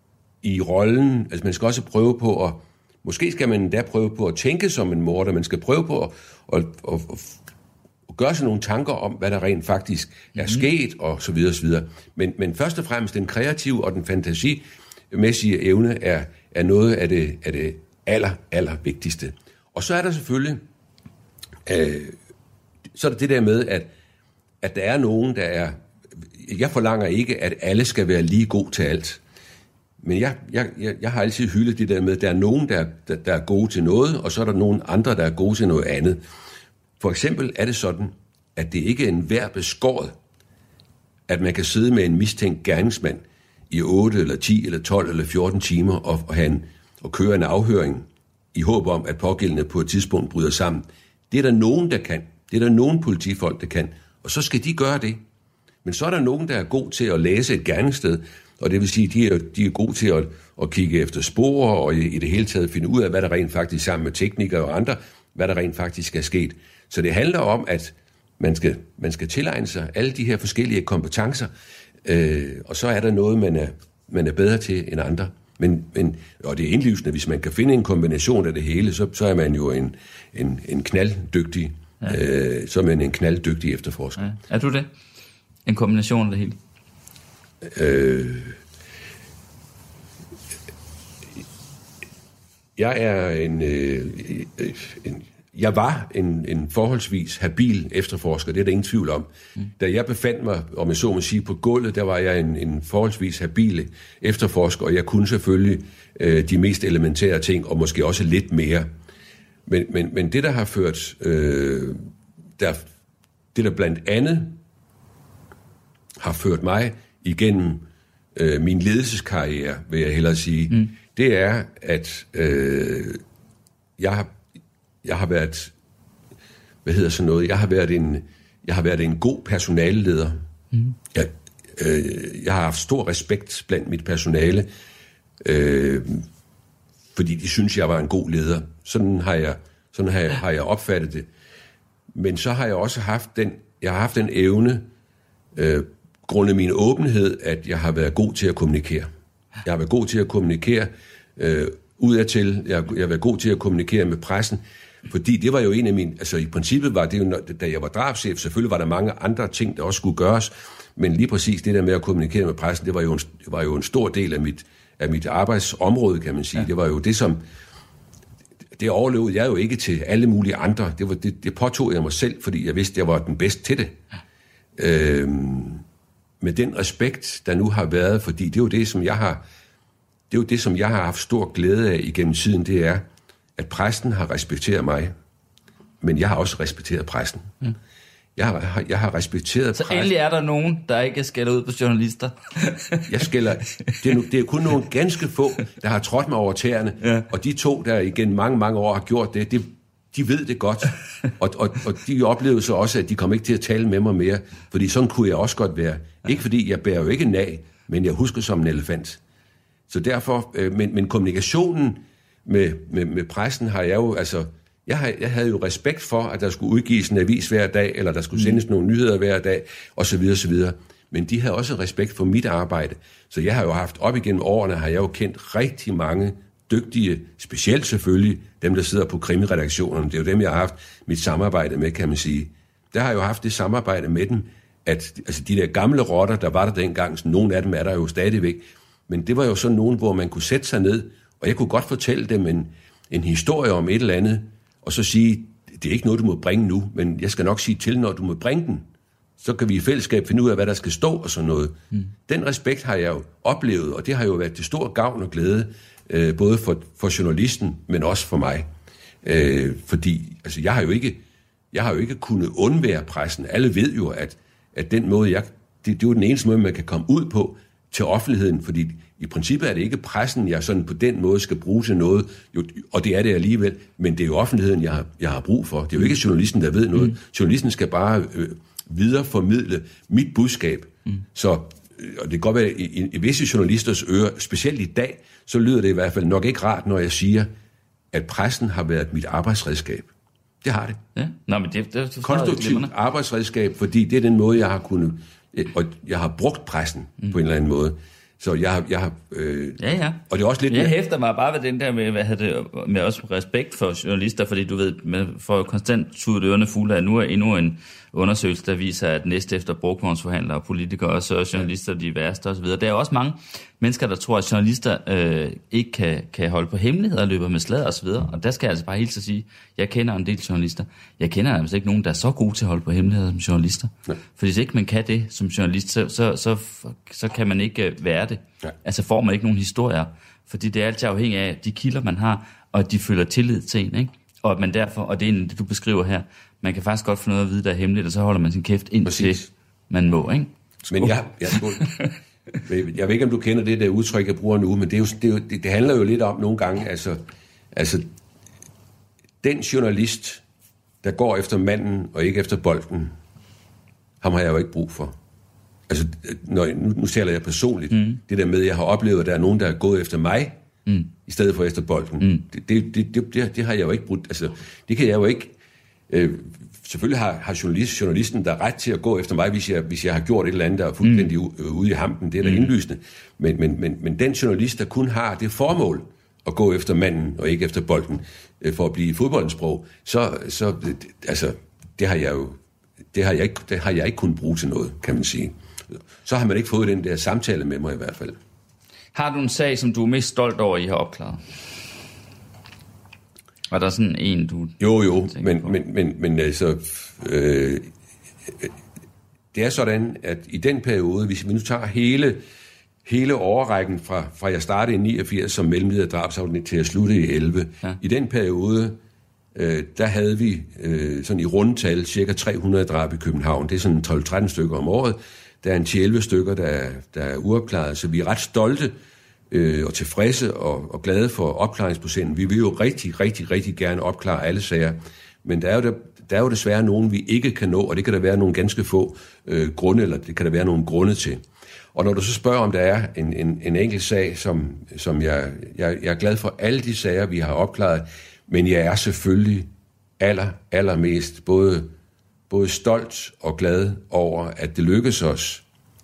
i rollen. Altså man skal også prøve på at, måske skal man endda prøve på at tænke som en morder, man skal prøve på at, at, at, at gøre sig nogle tanker om, hvad der rent faktisk er sket, og så videre, så videre. Men, men først og fremmest den kreative og den fantasimæssige evne er, er noget af det, af det aller, aller vigtigste. Og så er der selvfølgelig Øh, så er det det der med, at, at der er nogen, der er... Jeg forlanger ikke, at alle skal være lige god til alt. Men jeg, jeg, jeg, jeg har altid hyldet det der med, at der er nogen, der, der, der er gode til noget, og så er der nogen andre, der er gode til noget andet. For eksempel er det sådan, at det ikke er en hver beskåret, at man kan sidde med en mistænkt gerningsmand i otte eller ti eller tolv eller fjorten timer og, og, have en, og køre en afhøring i håb om, at pågældende på et tidspunkt bryder sammen. Det er der nogen, der kan. Det er der nogen politifolk, der kan. Og så skal de gøre det. Men så er der nogen, der er god til at læse et gerningssted, og det vil sige, at de er, de er gode til at, at kigge efter spor, og i, i det hele taget finde ud af, hvad der rent faktisk sammen med teknikere og andre hvad der rent faktisk er sket. Så det handler om, at man skal, man skal tilegne sig alle de her forskellige kompetencer, øh, og så er der noget, man er, man er bedre til end andre. Men, men, og det er indlysende, hvis man kan finde en kombination af det hele, så, så er man jo en, en, en knalddygtig, ja. øh, så er man en knalddygtig efterforsker. Ja. Er du det? En kombination af det hele? Øh, jeg er en, øh, en jeg var en, en forholdsvis habil efterforsker, det er der ingen tvivl om. Mm. Da jeg befandt mig, om jeg så må sige, på gulvet, der var jeg en, en forholdsvis habil efterforsker, og jeg kunne selvfølgelig øh, de mest elementære ting, og måske også lidt mere. Men, men, men det, der har ført, øh, der, det der blandt andet har ført mig igennem øh, min ledelseskarriere, vil jeg hellere sige, mm. det er, at øh, jeg har Jeg har været, hvad hedder sådan noget, jeg har været en, jeg har været en god personaleleder. Mm. Jeg, øh, jeg har haft stor respekt blandt mit personale, øh, fordi de synes, jeg var en god leder. Sådan har jeg, sådan har jeg, har jeg opfattet det. Men så har jeg også haft den, jeg har haft den evne, øh, grundet min åbenhed, at jeg har været god til at kommunikere. Jeg har været god til at kommunikere øh, udadtil. Jeg, jeg har været god til at kommunikere med pressen. Fordi det var jo en af mine, altså i princippet var det jo, da jeg var drabschef, selvfølgelig var der mange andre ting, der også skulle gøres, men lige præcis det der med at kommunikere med pressen, det var jo en, det var jo en stor del af mit, af mit arbejdsområde, kan man sige. Ja. Det var jo det, som, det overlevede jeg jo ikke til alle mulige andre. Det, var, det, det påtog jeg mig selv, fordi jeg vidste, jeg var den bedste til det. Ja. Øhm, med den respekt, der nu har været, fordi det er jo det, som jeg har, det er jo det, som jeg har haft stor glæde af igennem tiden, det er, at pressen har respekteret mig, men jeg har også respekteret pressen. Mm. Jeg, har, jeg har respekteret så pressen. Så endelig er der nogen, der ikke skælder ud på journalister? jeg skælder, det, er nu, det er kun nogle ganske få, der har trådt mig over tæerne, ja. Og de to, der igen mange, mange år har gjort det, det de ved det godt, og, og, og de oplevede så også, at de kom ikke til at tale med mig mere, fordi sådan kunne jeg også godt være. Ikke fordi jeg bærer jo ikke nag, men jeg husker som en elefant. Så derfor, øh, men, men kommunikationen Med, med, med pressen har jeg jo, altså, jeg, har, jeg havde jo respekt for, at der skulle udgives en avis hver dag, eller der skulle sendes mm. nogle nyheder hver dag, osv. osv. Men de havde også respekt for mit arbejde. Så jeg har jo haft, op igennem årene, har jeg jo kendt rigtig mange dygtige, specielt selvfølgelig dem, der sidder på krimiredaktionerne. Det er jo dem, jeg har haft mit samarbejde med, kan man sige. Der har jeg jo haft det samarbejde med dem, at altså, de der gamle rotter, der var der dengang, så nogle af dem er der jo stadigvæk, men det var jo sådan nogen, hvor man kunne sætte sig ned, og jeg kunne godt fortælle dem en, en historie om et eller andet, og så sige, det er ikke noget, du må bringe nu, men jeg skal nok sige til, når du må bringe den. Så kan vi i fællesskab finde ud af, hvad der skal stå og sådan noget. Mm. Den respekt har jeg jo oplevet, og det har jo været til stor gavn og glæde, øh, både for, for journalisten, men også for mig. Øh, fordi altså, jeg har jo ikke, jeg har jo ikke kunnet undvære pressen. Alle ved jo, at, at den måde, jeg, det, det er jo den eneste måde, man kan komme ud på til offentligheden, fordi i princippet er det ikke pressen, jeg sådan på den måde skal bruge til noget, jo, og det er det alligevel, men det er jo offentligheden, jeg har, jeg har brug for. Det er jo ikke journalisten, der ved noget. Mm. Journalisten skal bare øh, videreformidle mit budskab. Mm. Så, og det kan godt være, i, i, i visse journalisters ører, specielt i dag, så lyder det i hvert fald nok ikke rart, når jeg siger, at pressen har været mit arbejdsredskab. Det har det. Ja. Nå, men det, det, det konstruktivt arbejdsredskab, fordi det er den måde, jeg har kunnet, og jeg har brugt pressen mm. på en eller anden måde. Så jeg har... Jeg har øh, ja, ja. Og det er også lidt... Jeg hæfter mig bare ved den der med, hvad det, med også respekt for journalister, fordi du ved, man får konstant tudet ørerne fulde af, nu er endnu en undersøgelse, der viser, at næste efter brugtvognsforhandlere og politikere, og så journalister de værste osv. Der er også mange mennesker, der tror, at journalister øh, ikke kan, kan holde på hemmeligheder og løber med sladder osv. Og der skal jeg altså bare helt så sige, jeg kender en del journalister. Jeg kender altså ikke nogen, der er så gode til at holde på hemmeligheder som journalister. Ja. For hvis ikke man kan det som journalist, så, så, så, så kan man ikke være det. Ja. Altså får man ikke nogen historier. Fordi det er altid afhængigt af de kilder, man har, og at de føler tillid til en, ikke? Og at man derfor, og det er det, du beskriver her, man kan faktisk godt få noget at vide, der er hemmeligt, og så holder man sin kæft indtil man må, ikke? Skål. Men jeg, jeg, skål. jeg ved ikke, om du kender det der udtryk, jeg bruger nu, men det, er jo, det, er jo, det, det handler jo lidt om nogle gange, altså, altså den journalist, der går efter manden og ikke efter bolden, ham har jeg jo ikke brug for. Altså, når, nu, nu taler jeg personligt. Mm. Det der med, at jeg har oplevet, at der er nogen, der er gået efter mig, mm. i stedet for efter bolden. Mm. Det, det, det, det, det har jeg jo ikke brugt. Altså, det kan jeg jo ikke... Øh, selvfølgelig har, har journalist, journalisten der ret til at gå efter mig, hvis jeg, hvis jeg har gjort et eller andet, der er fuldstændig mm. ude i hampen. Det er da mm. indlysende. Men, men, men, men den journalist, der kun har det formål at gå efter manden og ikke efter bolden, øh, for at blive fodboldens sprog, så, så altså, det har jeg jo det har jeg, ikke, det har jeg ikke kunnet bruge til noget, kan man sige. Så har man ikke fået den der samtale med mig i hvert fald. Har du en sag, som du er mest stolt over, I har opklaret? Var der sådan en, du... Jo, jo, men, men, men, men altså... Øh, det er sådan, at i den periode, hvis vi nu tager hele, hele årrækken fra, fra jeg startede i niogfirs som mellemleder drabsafdeling til at slutte i elleve, ja. I den periode, øh, der havde vi øh, sådan i rundtal cirka tre hundrede drab i København. Det er sådan tolv tretten stykker om året. Der er en ti elleve stykker, der, der er uopklaret, så vi er ret stolte øh, og tilfredse og, og glade for opklaringsprocenten. Vi vil jo rigtig, rigtig, rigtig gerne opklare alle sager, men der er jo, der, der er jo desværre nogen, vi ikke kan nå, og det kan der være nogle ganske få øh, grunde, eller det kan der være nogle grunde til. Og når du så spørger, om der er en, en, en enkelt sag, som, som jeg, jeg, jeg er glad for alle de sager, vi har opklaret, men jeg er selvfølgelig aller, allermest både, både stolt og glad over, at det lykkes os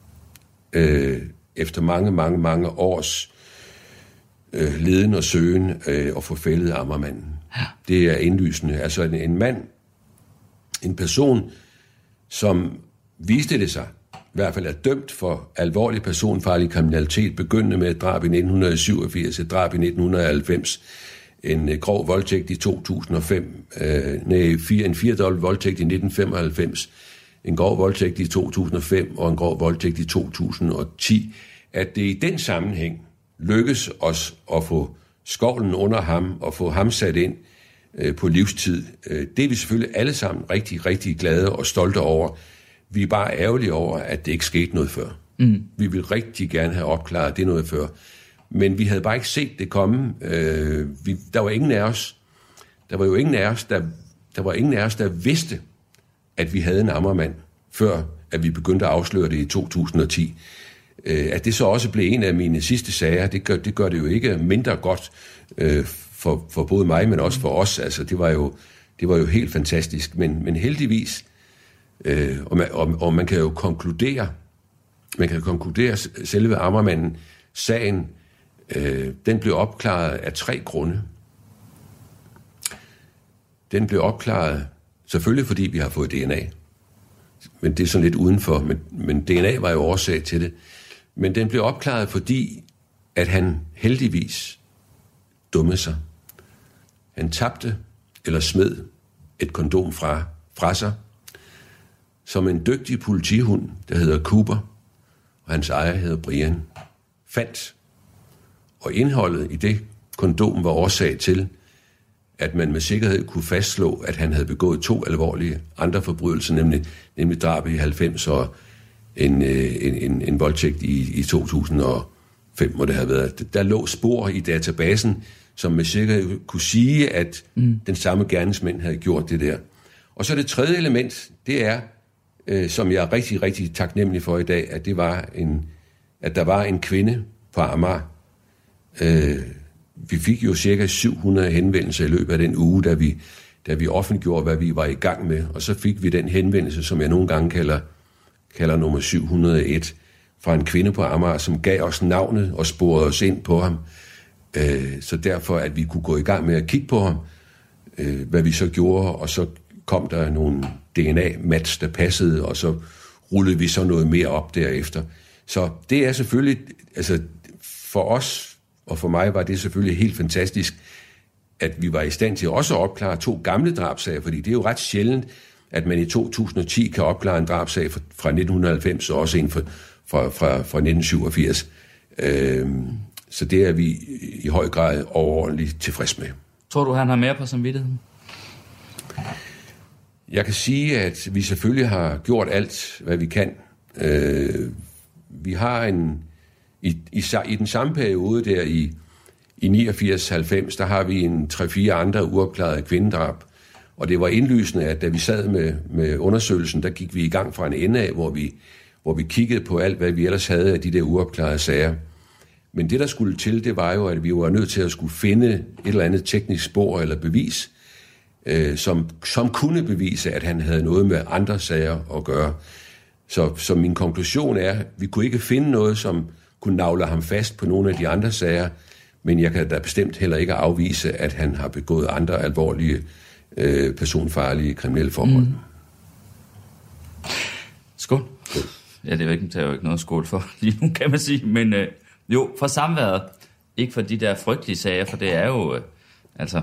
øh, efter mange, mange, mange års øh, leden og søgen øh, at få fældet Amagermanden. Ja. Det er indlysende. Altså en, en mand, en person, som viste det sig, i hvert fald er dømt for alvorlig personfarlig kriminalitet, begyndende med et drab i nitten syvogfirs, et drab i nitten halvfems, en grov voldtægt i to tusind og fem, øh, nej, fire, en firedobbelt voldtægt i nitten femoghalvfems, en grov voldtægt i to tusind og fem og en grov voldtægt i to tusind og ti, at det i den sammenhæng lykkes os at få skovlen under ham og få ham sat ind øh, på livstid. Øh, det er vi selvfølgelig alle sammen rigtig, rigtig glade og stolte over. Vi er bare ærgerlige over, at det ikke skete noget før. Mm. Vi vil rigtig gerne have opklaret det noget før. Men vi havde bare ikke set det komme. Øh, vi, der var ingen af os, der var jo ingen af os, der, der var ingen af os, der vidste, at vi havde en Amagermand, før at vi begyndte at afsløre det i to tusind og ti. Øh, at det så også blev en af mine sidste sager, det gør det, gør det jo ikke mindre godt øh, for, for både mig, men også for os. Altså, det var jo, det var jo helt fantastisk. Men, men heldigvis, øh, og, man, og, og man kan jo konkludere, man kan konkludere selve Amagermanden, sagen, øh, den blev opklaret af tre grunde. Den blev opklaret selvfølgelig, fordi vi har fået D N A. Men det er sådan lidt udenfor. Men, men D N A var jo årsag til det. Men den blev opklaret, fordi at han heldigvis dummede sig. Han tabte eller smed et kondom fra, fra sig, som en dygtig politihund, der hedder Cooper, og hans ejer hedder Brian, fandt. Og indholdet i det kondom var årsag til, at man med sikkerhed kunne fastslå, at han havde begået to alvorlige andre forbrydelser, nemlig, nemlig drab i halvfems og en, en, en, en voldtægt i, i to tusind og fem, må det have været. Der lå spor i databasen, som med sikkerhed kunne sige, at mm. den samme gerningsmænd havde gjort det der. Og så det tredje element, det er, øh, som jeg er rigtig, rigtig taknemmelig for i dag, at det var en, at der var en kvinde på Amager. Øh, vi fik jo cirka syv hundrede henvendelser i løbet af den uge, da vi, da vi offentliggjorde, hvad vi var i gang med. Og så fik vi den henvendelse, som jeg nogle gange kalder, kalder nummer syv hundrede og et, fra en kvinde på Amager, som gav os navnet og sporede os ind på ham. Øh, så derfor, at vi kunne gå i gang med at kigge på ham, øh, hvad vi så gjorde, og så kom der nogle D N A-match, der passede, og så rullede vi så noget mere op derefter. Så det er selvfølgelig, altså for os og for mig var det selvfølgelig helt fantastisk, at vi var i stand til også at opklare to gamle drabsager, fordi det er jo ret sjældent, at man i to tusind og ti kan opklare en drabsag fra nitten halvfems, og også en fra, fra, fra, fra nitten syvogfirs. Øhm, så det er vi i høj grad overordentligt tilfreds med. Tror du, han har mere på samvittigheden? Jeg kan sige, at vi selvfølgelig har gjort alt, hvad vi kan. Øh, vi har en... I, i, I den samme periode der i, i niogfirs halvfems, der har vi en tre-fire andre uopklarede kvindedrab. Og det var indlysende, at da vi sad med, med undersøgelsen, der gik vi i gang fra en ende af, hvor vi, hvor vi kiggede på alt, hvad vi ellers havde af de der uopklarede sager. Men det, der skulle til, det var jo, at vi var nødt til at skulle finde et eller andet teknisk spor eller bevis, øh, som, som kunne bevise, at han havde noget med andre sager at gøre. Så, så min konklusion er, at vi kunne ikke finde noget, som kunne navle ham fast på nogle af de andre sager, men jeg kan da bestemt heller ikke afvise, at han har begået andre alvorlige, øh, personfarlige kriminelle forhold. Mm. Skål. Skål. Ja, det er jo ikke, det er jo ikke noget skål for lige nu, kan man sige, men øh, jo, for samværet, ikke for de der frygtelige sager, for det er jo, øh, altså,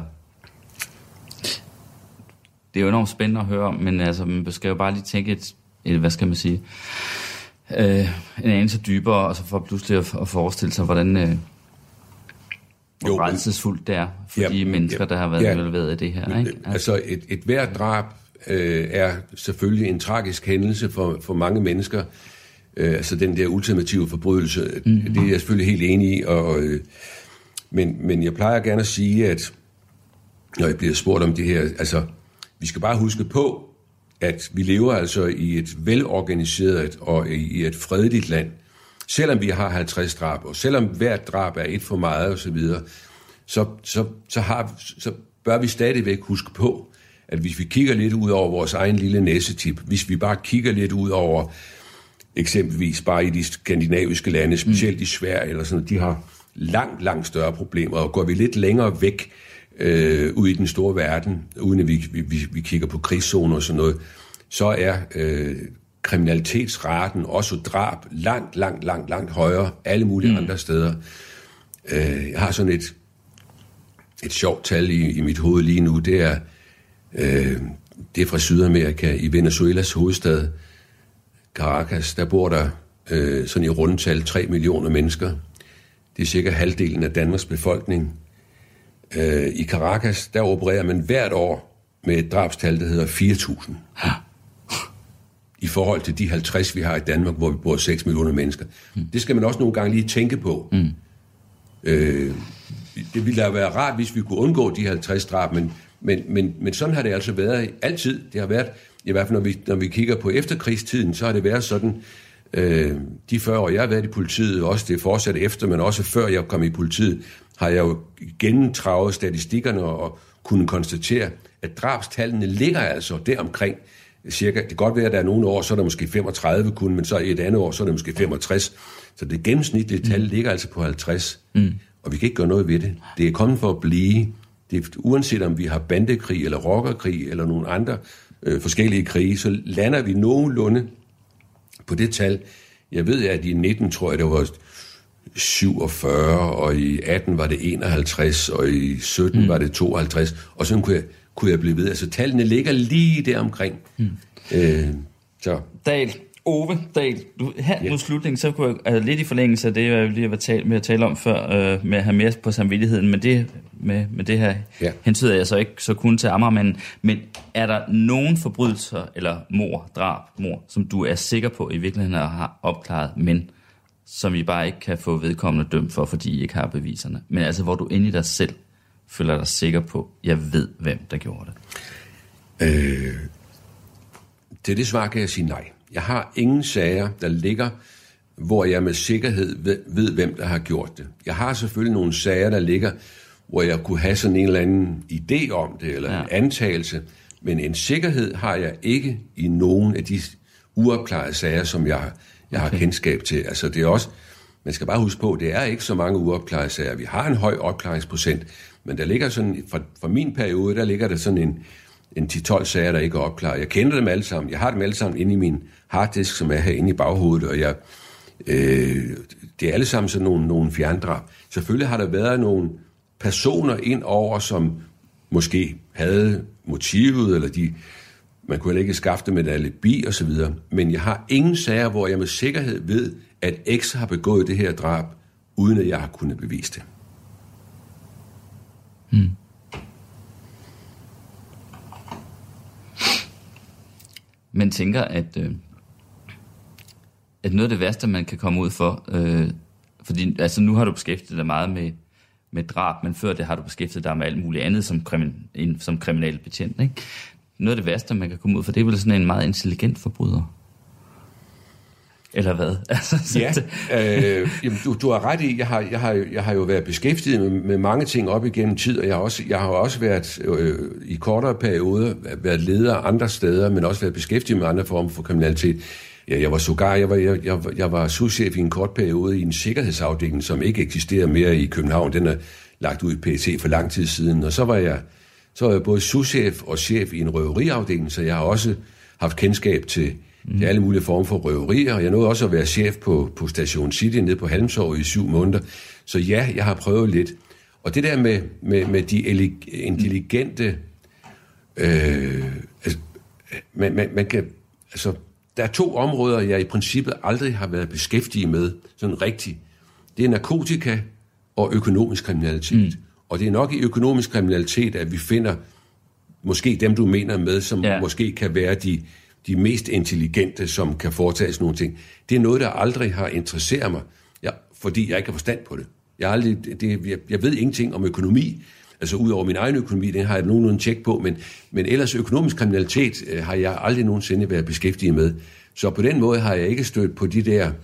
det er jo enormt spændende at høre om, men altså, man skal jo bare lige tænke et, et hvad skal man sige, øh, en anelse dybere, og så for pludselig at, at forestille sig, hvordan øh, hvor rædselsfuldt det er for ja, de mennesker, ja, der har været ja, involveret i det her. Ikke? Altså, altså et, et hvert drab øh, er selvfølgelig en tragisk hændelse for, for mange mennesker. Øh, altså den der ultimative forbrydelse, mm-hmm. det er jeg selvfølgelig helt enig i. Og, øh, men, men jeg plejer gerne at sige, at når jeg bliver spurgt om det her, altså vi skal bare huske på, at vi lever altså i et velorganiseret og i et fredeligt land. Selvom vi har halvtreds drab, og selvom hvert drab er et for meget osv., så, så, så, har, så bør vi stadigvæk huske på, at hvis vi kigger lidt ud over vores egen lille næsetip, hvis vi bare kigger lidt ud over eksempelvis bare i de skandinaviske lande, specielt i Sverige eller sådan, de har langt, langt større problemer, og går vi lidt længere væk øh, ud i den store verden, uden at vi, vi, vi kigger på krigszoner og sådan noget, så er øh, kriminalitetsraten, også drab, langt, langt, langt, langt højere, alle mulige mm. andre steder. Øh, jeg har sådan et, et sjovt tal i, i mit hoved lige nu, det er, øh, det er fra Sydamerika, i Venezuelas hovedstad, Caracas, der bor der øh, sådan i rundetal tre millioner mennesker. Det er cirka halvdelen af Danmarks befolkning. Øh, I Caracas, der opererer man hvert år med et drabstal, der hedder fire tusind. I forhold til de halvtreds, vi har i Danmark, hvor vi bor seks millioner mennesker. Mm. Det skal man også nogle gange lige tænke på. Mm. Øh, det ville da være rart, hvis vi kunne undgå de halvtreds drab, men, men, men, men sådan har det altså været altid. Det har været, i hvert fald når vi, når vi kigger på efterkrigstiden, så har det været sådan, øh, de fyrre år, jeg har været i politiet, også det fortsat efter, men også før jeg kom i politiet, har jeg jo gennemtraget statistikkerne og kunne konstatere, at drabstallene ligger altså deromkring. Cirka, det kan godt være, at der er nogle år, så er der måske femogtredive kun, men så i et andet år, så er der måske femogtres. Så det gennemsnitlige tal ligger altså på halvtreds. Mm. Og vi kan ikke gøre noget ved det. Det er kommet for at blive. Det er, uanset om vi har bandekrig eller rockerkrig eller nogle andre øh, forskellige krige, så lander vi nogenlunde på det tal. Jeg ved, at i nitten tror jeg, det var syvogfyrre, og i atten var det enoghalvtreds, og i sytten mm. var det tooghalvtreds, og sådan kunne jeg, kunne jeg blive ved. Altså tallene ligger lige der omkring. Mm. Øh, så. Dahl, Ove Dahl, du, her ja. mod slutningen, så kunne jeg altså, lidt i forlængelse af det, jeg lige var tale, med at tale om før, øh, med at have mere på samvittigheden, men det, med, med det her ja. hentyder jeg så ikke så kun til Amagermanden, men er der nogen forbrydelser, eller mord, drab, mord, som du er sikker på i virkeligheden har opklaret, men som I bare ikke kan få vedkommende dømt for, fordi I ikke har beviserne, men altså hvor du inde i dig selv føler dig sikker på, jeg ved, hvem der gjorde det? Øh, til det svar kan jeg sige nej. Jeg har ingen sager, der ligger, hvor jeg med sikkerhed ved, ved, hvem der har gjort det. Jeg har selvfølgelig nogle sager, der ligger, hvor jeg kunne have sådan en eller anden idé om det, eller ja. en antagelse, men en sikkerhed har jeg ikke i nogen af de uopklarede sager, som jeg, jeg okay. har kendskab til. Altså det er også, man skal bare huske på, det er ikke så mange uopklarede sager. Vi har en høj opklaringsprocent, men der ligger sådan, fra, fra min periode, der ligger der sådan en, en ti tolv sager, der ikke er opklaret. Jeg kender dem alle sammen. Jeg har dem alle sammen inde i min harddisk, som er herinde i baghovedet, og jeg, øh, det er alle sammen sådan nogle, nogle fjerndrab. Selvfølgelig har der været nogle personer ind over, som måske havde motivet, eller de, man kunne ikke skaffe det med et alibi og så videre. Men jeg har ingen sager, hvor jeg med sikkerhed ved, at X har begået det her drab, uden at jeg har kunnet bevise det. Hmm. Man tænker, at, øh, at noget af det værste, man kan komme ud for, øh, fordi altså, nu har du beskæftiget dig meget med, med drab, men før det har du beskæftiget dig med alt muligt andet som, krimin, som kriminalbetjent, ikke? Noget af det værste, man kan komme ud for, det er vel sådan en meget intelligent forbryder. Eller hvad? Altså, ja, øh, jamen, du, du har ret i, jeg har, jeg har, jeg har jo været beskæftiget med, med mange ting op igennem tid, og jeg har også, jeg har også været øh, i kortere perioder, været leder andre steder, men også været beskæftiget med andre former for kriminalitet. Ja, jeg var sågar, jeg var, jeg, jeg, jeg var souschef i en kort periode i en sikkerhedsafdeling, som ikke eksisterer mere i København. Den er lagt ud i P E T for lang tid siden, og så var jeg, så var jeg både souschef og chef i en røveriafdeling, så jeg har også haft kendskab til Mm. Det er alle mulige former for røverier, og jeg nåede også at være chef på, på Station City nede på Halmstorv i syv måneder. Så ja, jeg har prøvet lidt. Og det der med, med, med de intelligente... Øh, altså, man, man, man kan, altså, der er to områder, jeg i princippet aldrig har været beskæftiget med, sådan rigtigt. Det er narkotika og økonomisk kriminalitet. Mm. Og det er nok i økonomisk kriminalitet, at vi finder måske dem, du mener med, som ja. måske kan være de... de mest intelligente, som kan foretage sådan nogle ting. Det er noget, der aldrig har interesseret mig, ja, fordi jeg ikke har forstand på det. Jeg, har aldrig, det jeg, jeg ved ingenting om økonomi, altså ud over min egen økonomi, den har jeg nogenlunde tjek på, men, men ellers økonomisk kriminalitet øh, har jeg aldrig nogensinde været beskæftiget med. Så på den måde har jeg ikke stødt på de der,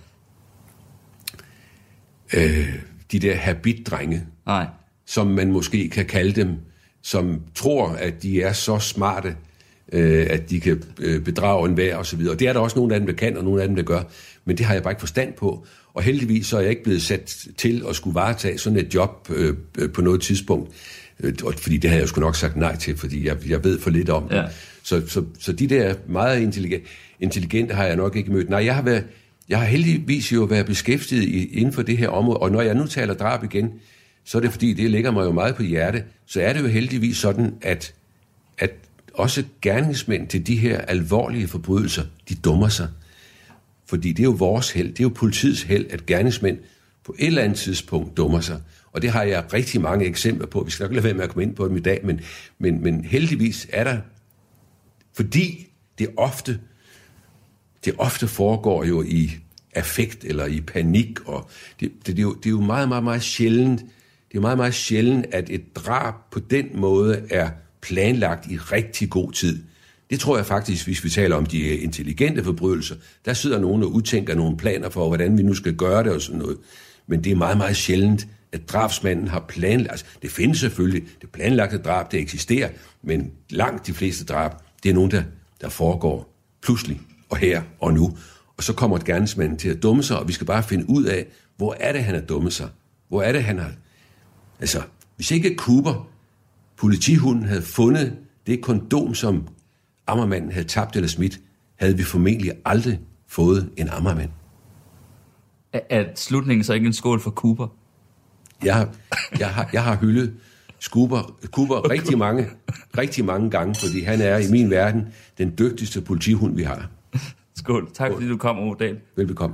øh, de der habitdrenge, Nej. som man måske kan kalde dem, som tror, at de er så smarte, at de kan bedrage enhver og så videre. Og det er der også nogle af dem, der kan, og nogle af dem, der gør. Men det har jeg bare ikke forstand på. Og heldigvis så er jeg ikke blevet sat til at skulle varetage sådan et job øh, på noget tidspunkt. Øh, fordi det har jeg jo sgu nok sagt nej til, fordi jeg, jeg ved for lidt om det. Ja. Så, så, så de der meget intelligente, intelligente har jeg nok ikke mødt. Nej, jeg har, været, jeg har heldigvis jo været beskæftiget i, inden for det her område. Og når jeg nu taler drab igen, så er det fordi, det ligger mig jo meget på hjerte. Så er det jo heldigvis sådan, at, at også gerningsmænd til de her alvorlige forbrydelser, de dummer sig. Fordi det er jo vores held, det er jo politiets held, at gerningsmænd på et eller andet tidspunkt dummer sig. Og det har jeg rigtig mange eksempler på. Vi skal nok lade være med at komme ind på dem i dag, men, men, men heldigvis er der, fordi det ofte, det ofte foregår jo i affekt eller i panik, og det, det, det, er, jo, det er jo meget, meget, meget sjældent, det er meget, meget sjældent, at et drab på den måde er planlagt i rigtig god tid. Det tror jeg faktisk, hvis vi taler om de intelligente forbrydelser, der sidder nogen og udtænker nogle planer for, hvordan vi nu skal gøre det og sådan noget. Men det er meget, meget sjældent, at drabsmanden har planlagt. Altså, det findes selvfølgelig, det planlagte drab, det eksisterer, men langt de fleste drab, det er nogen, der, der foregår pludselig og her og nu. Og så kommer gerningsmanden til at dumme sig, og vi skal bare finde ud af, hvor er det, han har dummet sig? Hvor er det, han har... Altså, hvis ikke Cooper, politihunden, havde fundet det kondom, som Amagermanden havde tabt eller smidt, havde vi formentlig aldrig fået en Amagermand. Er, er slutningen så ikke en skål for Cooper? Jeg har, jeg har, jeg har hyldet Cooper, Cooper rigtig, mange, rigtig mange gange, fordi han er i min verden den dygtigste politihund, vi har. Skål. Tak fordi du kom, Ove Dahl. Velbekomme.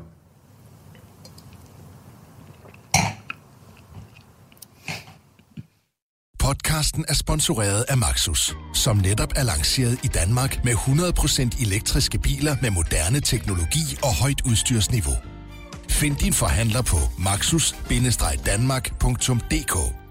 Podcasten er sponsoreret af Maxus, som netop er lanceret i Danmark med hundrede procent elektriske biler med moderne teknologi og højt udstyrsniveau. Find din forhandler på maxus bindestreg danmark punktum d k.